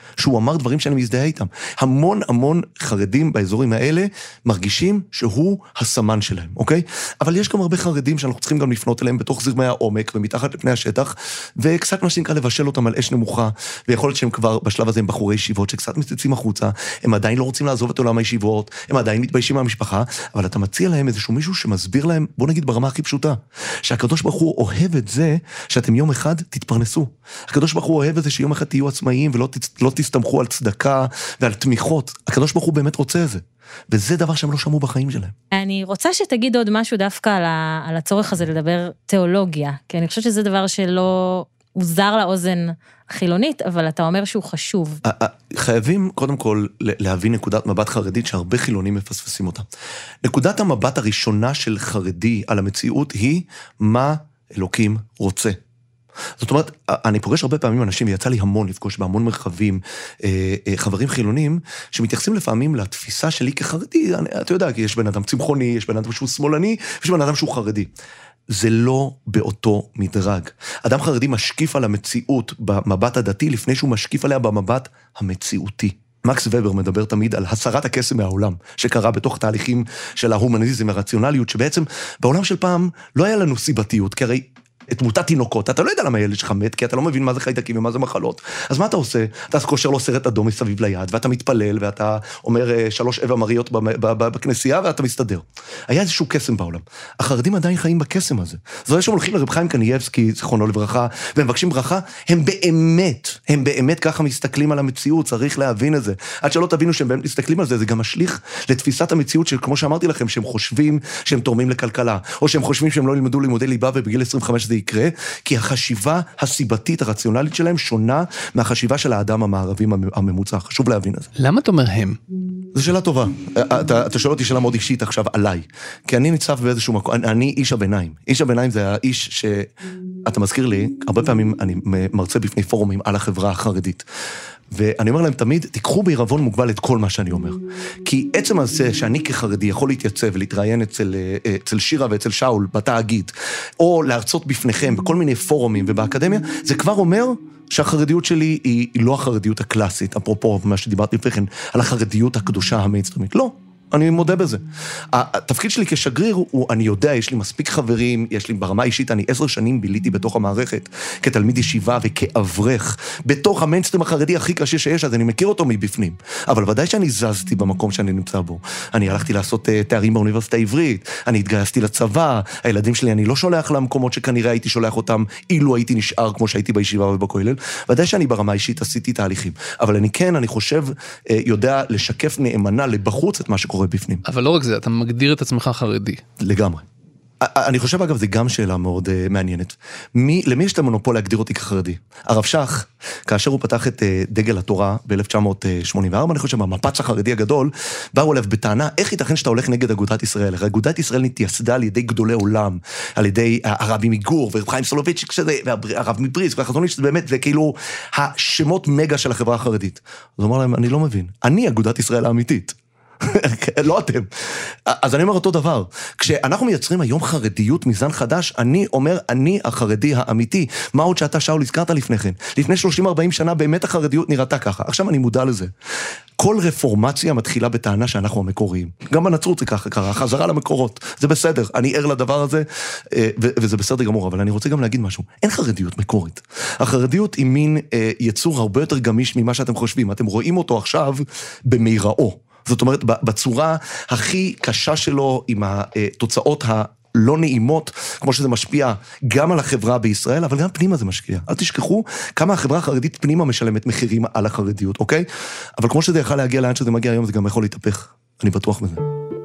שהוא אמר דברים שאני מזדהה איתם. המון המון חרדים באזורים האלה מרגישים שהוא הסמן שלהם, אוקיי? אבל יש גם הרבה חרדים שאנחנו צריכים גם לפנות אליהם בתוך זרמי העומק ומתחת לפני השטח, וקצת מה שנקרא לבשל אותם על אש נמוכה, ויכול להיות שהם כבר בשלב הזה הם בחורי ישיבות שקצת מצטצים החוצה, הם עדיין לא רוצים לעזוב את עולם הישיבות, הם עדיין מתביישים מהמשפחה, אבל אתה מציע להם איזשהו מישהו שמסביר להם, בוא נגיד ברמה הכי פשוטה, שהקדוש ברוך הוא אוהב את זה שאתם יום אחד תתפרנסו. הקדוש ברוך הוא אוהב את זה שיום אחד תהיו עצמאיים ולא תסתמכו על צדקה ועל תמיכות. הקדוש ברוך הוא באמת רוצה את זה. וזה דבר שהם לא שמעו בחיים שלהם. אני רוצה שתגיד עוד משהו דווקא על הצורך הזה לדבר תיאולוגיה, כי אני חושבת שזה דבר שלא עוזר לאוזן החילונית, אבל אתה אומר שהוא חשוב. חייבים קודם כל להבין נקודת מבט חרדית שהרבה חילונים מפספסים אותה. נקודת המבט הראשונה של חרדי על המציאות היא מה אלוקים רוצה. זאת אומרת, אני פוגש הרבה פעמים אנשים, ויצא לי המון לפגוש בהמון מרחבים, חברים חילונים, שמתייחסים לפעמים לתפיסה שלי כחרדי, אתה יודע, כי יש בן אדם צמחוני, יש בן אדם שהוא שמאלני, ויש בן אדם שהוא חרדי. זה לא באותו מדרג. אדם חרדי משקיף על המציאות במבט הדתי, לפני שהוא משקיף עליה במבט המציאותי. מקס ובר מדבר תמיד על הסרת הקסם מהעולם, שקרה בתוך תהליכים של ההומניזם והרציונליות, שבעצם בעולם של פעם לא היה לנו סיבתיות, כי הרי את תמותת תינוקות, אתה לא יודע למה ילד שלך מת, כי אתה לא מבין מה זה חיידקים ומה זה מחלות. אז מה אתה עושה? אתה קושר לו סרט אדום מסביב ליד, ואתה מתפלל, ואתה אומר 3 אווה מריות בכנסייה, ואתה מסתדר. היה איזשהו קסם בעולם. החרדים עדיין חיים בקסם הזה. זאת שהם הולכים לרב חיים קנייבסקי, זיכרונו לברכה, והם מבקשים ברכה, הם באמת ככה מסתכלים על המציאות, צריך להבין את זה. עד שלא תבינו שהם באמת מסתכלים על זה, זה גם משליך לתפיסת המציאות שכמו שאמרתי לכם, שהם חושבים שהם תורמים לכלכלה, או שהם חושבים שהם לא ילמדו לימודי ליבה ובגיל 25 זה יקרה, כי החשיבה הסיבתית הרציונלית שלהם שונה מהחשיבה של האדם המערבי הממוצע. חשוב להבין את זה. למה אתה אומר הם? זו שאלה טובה. אתה שואל אותי שאלה מאוד אישית עכשיו עליי. כי אני ניצב באיזשהו מקום, אני איש הביניים. איש הביניים זה האיש שאתה מזכיר לי, הרבה פעמים אני מרצה בפני פורומים על החברה החרדית. ואני אומר להם תמיד, תיקחו בעירבון מוגבל את כל מה שאני אומר. כי עצם הזה שאני כחרדי יכול להתייצב ולהתראיין אצל שירה ואצל שאול בתאגיד, או להרצות בפניכם בכל מיני פורומים ובאקדמיה, זה כבר אומר שהחרדיות שלי היא לא החרדיות הקלאסית, אפרופו מה שדיברתי לפני כן, על החרדיות הקדושה המיינסטרימית. לא. אני מודה בזה. התפקיד שלי כשגריר הוא, אני יודע, יש לי מספיק חברים, יש לי ברמה אישית, אני 10 שנים ביליתי בתוך המערכת, כתלמיד ישיבה וכאברך, בתוך המיינסטרים החרדי הכי קשה שיש, אז אני מכיר אותו מבפנים. אבל ודאי שאני זזתי במקום שאני נמצא בו. אני הלכתי לעשות תארים באוניברסיטה העברית, אני התגייסתי לצבא, הילדים שלי אני לא שולח למקומות שכנראה הייתי שולח אותם, אילו הייתי נשאר כמו שהייתי בישיבה ובכולל. ודאי שאני ברמה אישית עשיתי תהליכים. אבל אני חושב, יודע לשקף נאמנה לבחוץ את מה שקורה בפנים. אבל לא רק זה, אתה מגדיר את עצמך חרדי. לגמרי. אני חושב, אגב, זה גם שאלה מאוד מעניינת. למי יש את המונופול להגדיר אותי כחרדי? הרב שך, כאשר הוא פתח את דגל התורה ב-1984, אני חושב, המפץ החרדי הגדול, באו אליו בטענה, איך ייתכן שאתה הולך נגד אגודת ישראל? אגודת ישראל נתייסדה על ידי גדולי עולם, על ידי הרבי מגור, ורב חיים סולובייצ'יק, והרב מבריסק, והחזון איש, זה באמת, זה כאילו השמות מגה של החברה החרדית. אז הוא אמר להם, אני לא מבין. אני אגודת ישראל האמיתית. לא אתם. אז אני אומר אותו דבר. כשאנחנו מייצרים היום חרדיות מזן חדש, אני אומר, אני החרדי האמיתי. מה עוד שאתה, שאול, הזכרת לפני כן? לפני 30-40 שנה באמת החרדיות נראתה ככה. עכשיו אני מודע לזה. כל רפורמציה מתחילה בטענה שאנחנו המקוריים. גם בנצרות זה ככה קרה, חזרה למקורות. זה בסדר, אני ער לדבר הזה, וזה בסדר גמור, אבל אני רוצה גם להגיד משהו. אין חרדיות מקורית. החרדיות היא מין יצור הרבה יותר גמיש ממה שאתם חושבים. אתם רואים אותו עכשיו במהיראו. זאת אומרת, בצורה הכי קשה שלו, עם התוצאות הלא נעימות, כמו שזה משפיע גם על החברה בישראל, אבל גם פנימה זה משקיע. אל תשכחו כמה החברה החרדית פנימה משלמת מחירים על החרדיות, אוקיי? אבל כמו שזה יכול להגיע לאן שזה מגיע היום, זה גם יכול להתהפך. אני בטוח בזה.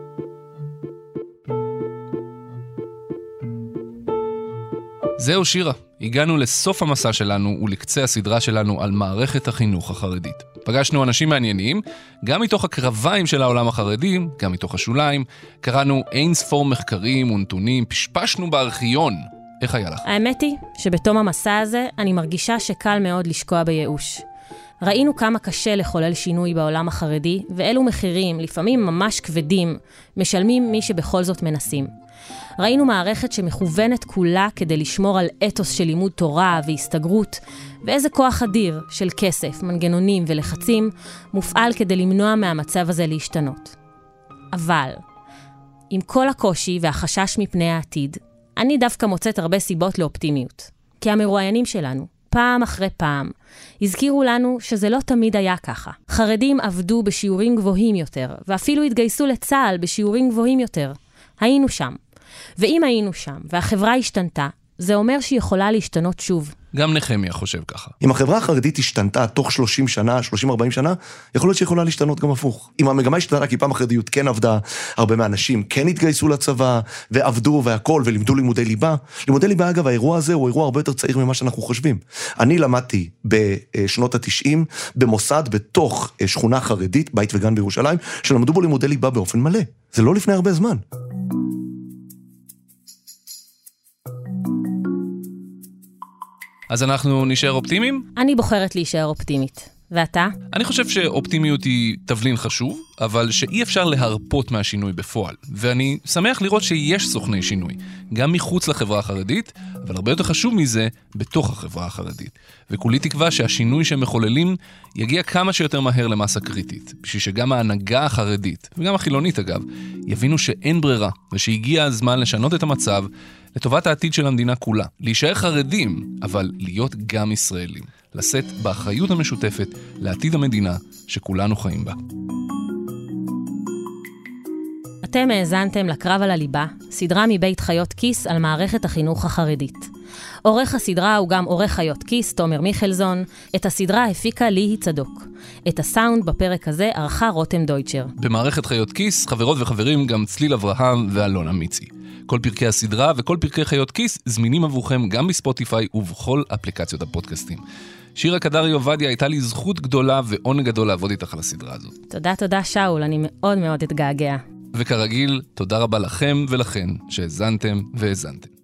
זהו שירה, הגענו לסוף המסע שלנו ולקצה הסדרה שלנו על מערכת החינוך החרדית. פגשנו אנשים מעניינים, גם מתוך הקרביים של העולם החרדי, גם מתוך השוליים, קראנו אין ספור מחקרים ונתונים, פשפשנו בארכיון. איך היה לך? האמת היא שבתום המסע הזה אני מרגישה שקל מאוד לשקוע בייאוש. ראינו כמה קשה לחולל שינוי בעולם החרדי, ואילו מחירים, לפעמים ממש כבדים, משלמים מי שבכל זאת מנסים. ראינו מערכת שמכוונת כולה כדי לשמור על אתוס של לימוד תורה והסתגרות, ואיזה כוח אדיר של כסף, מנגנונים ולחצים מופעל כדי למנוע מהמצב הזה להשתנות. אבל, עם כל הקושי והחשש מפני העתיד, אני דווקא מוצאת הרבה סיבות לאופטימיות. כי המרואיינים שלנו, פעם אחרי פעם, הזכירו לנו שזה לא תמיד היה ככה. חרדים עבדו בשיעורים גבוהים יותר, ואפילו התגייסו לצה"ל בשיעורים גבוהים יותר. היינו שם. ואם היינו שם, והחברה השתנתה, זה אומר שהיא יכולה להשתנות שוב. גם נחמיה חושב ככה. אם החברה החרדית השתנתה תוך 30 שנה, 30-40 שנה, יכול להיות שיכולה להשתנות גם הפוך. אם המגמה השתנתה, כי פעם החרדיות כן עבדה, הרבה מהאנשים כן התגייסו לצבא, ועבדו והכל, ולימדו לימודי ליבה. לימודי ליבה, אגב, האירוע הזה הוא אירוע הרבה יותר צעיר ממה שאנחנו חושבים. אני למדתי בשנות ה-90, במוסד בתוך שכונה חרדית, בית וגן בירושלים, שלמדו בו לימודי ליבה באופן מלא. זה לא לפני הרבה זמן. אז אנחנו נשאר אופטימיים? אני בוחרת להישאר אופטימית. ואתה? אני חושב שאופטימיות היא תבלין חשוב, אבל שאי אפשר להרפות מהשינוי בפועל. ואני שמח לראות שיש סוכני שינוי, גם מחוץ לחברה החרדית, אבל הרבה יותר חשוב מזה, בתוך החברה החרדית. וכולי תקווה שהשינוי שהם מחוללים יגיע כמה שיותר מהר למסה קריטית, בשביל שגם ההנהגה החרדית, וגם החילונית אגב, יבינו שאין ברירה, ושהגיע הזמן לשנות את המצב לטובת העתיד של המדינה כולה. להישאר חרדים, אבל להיות גם ישראלים. לשאת באחריות המשותפת לעתיד המדינה שכולנו חיים בה. אתם האזנתם לקרב על הליבה, סדרה מבית חיות כיס על מערכת החינוך החרדית. עורך הסדרה הוא גם עורך חיות כיס, תומר מיכלזון. את הסדרה הפיקה ליהי צדוק. את הסאונד בפרק הזה ערכה רותם דויטשר. במערכת חיות כיס, חברות וחברים גם צליל אברהם ואלונה מיצי. כל פרקי הסדרה וכל פרקי חיות כיס זמינים עבורכם גם בספוטיפיי ובכל אפליקציות הפודקאסטים. שירה קדרי עובדיה, הייתה לי זכות גדולה ועונג גדול לעבוד איתך על הסדרה הזאת. תודה שאול, אני מאוד מאוד אתגעגע. וכרגיל, תודה רבה לכם ולכן שהזנתם והזנתם.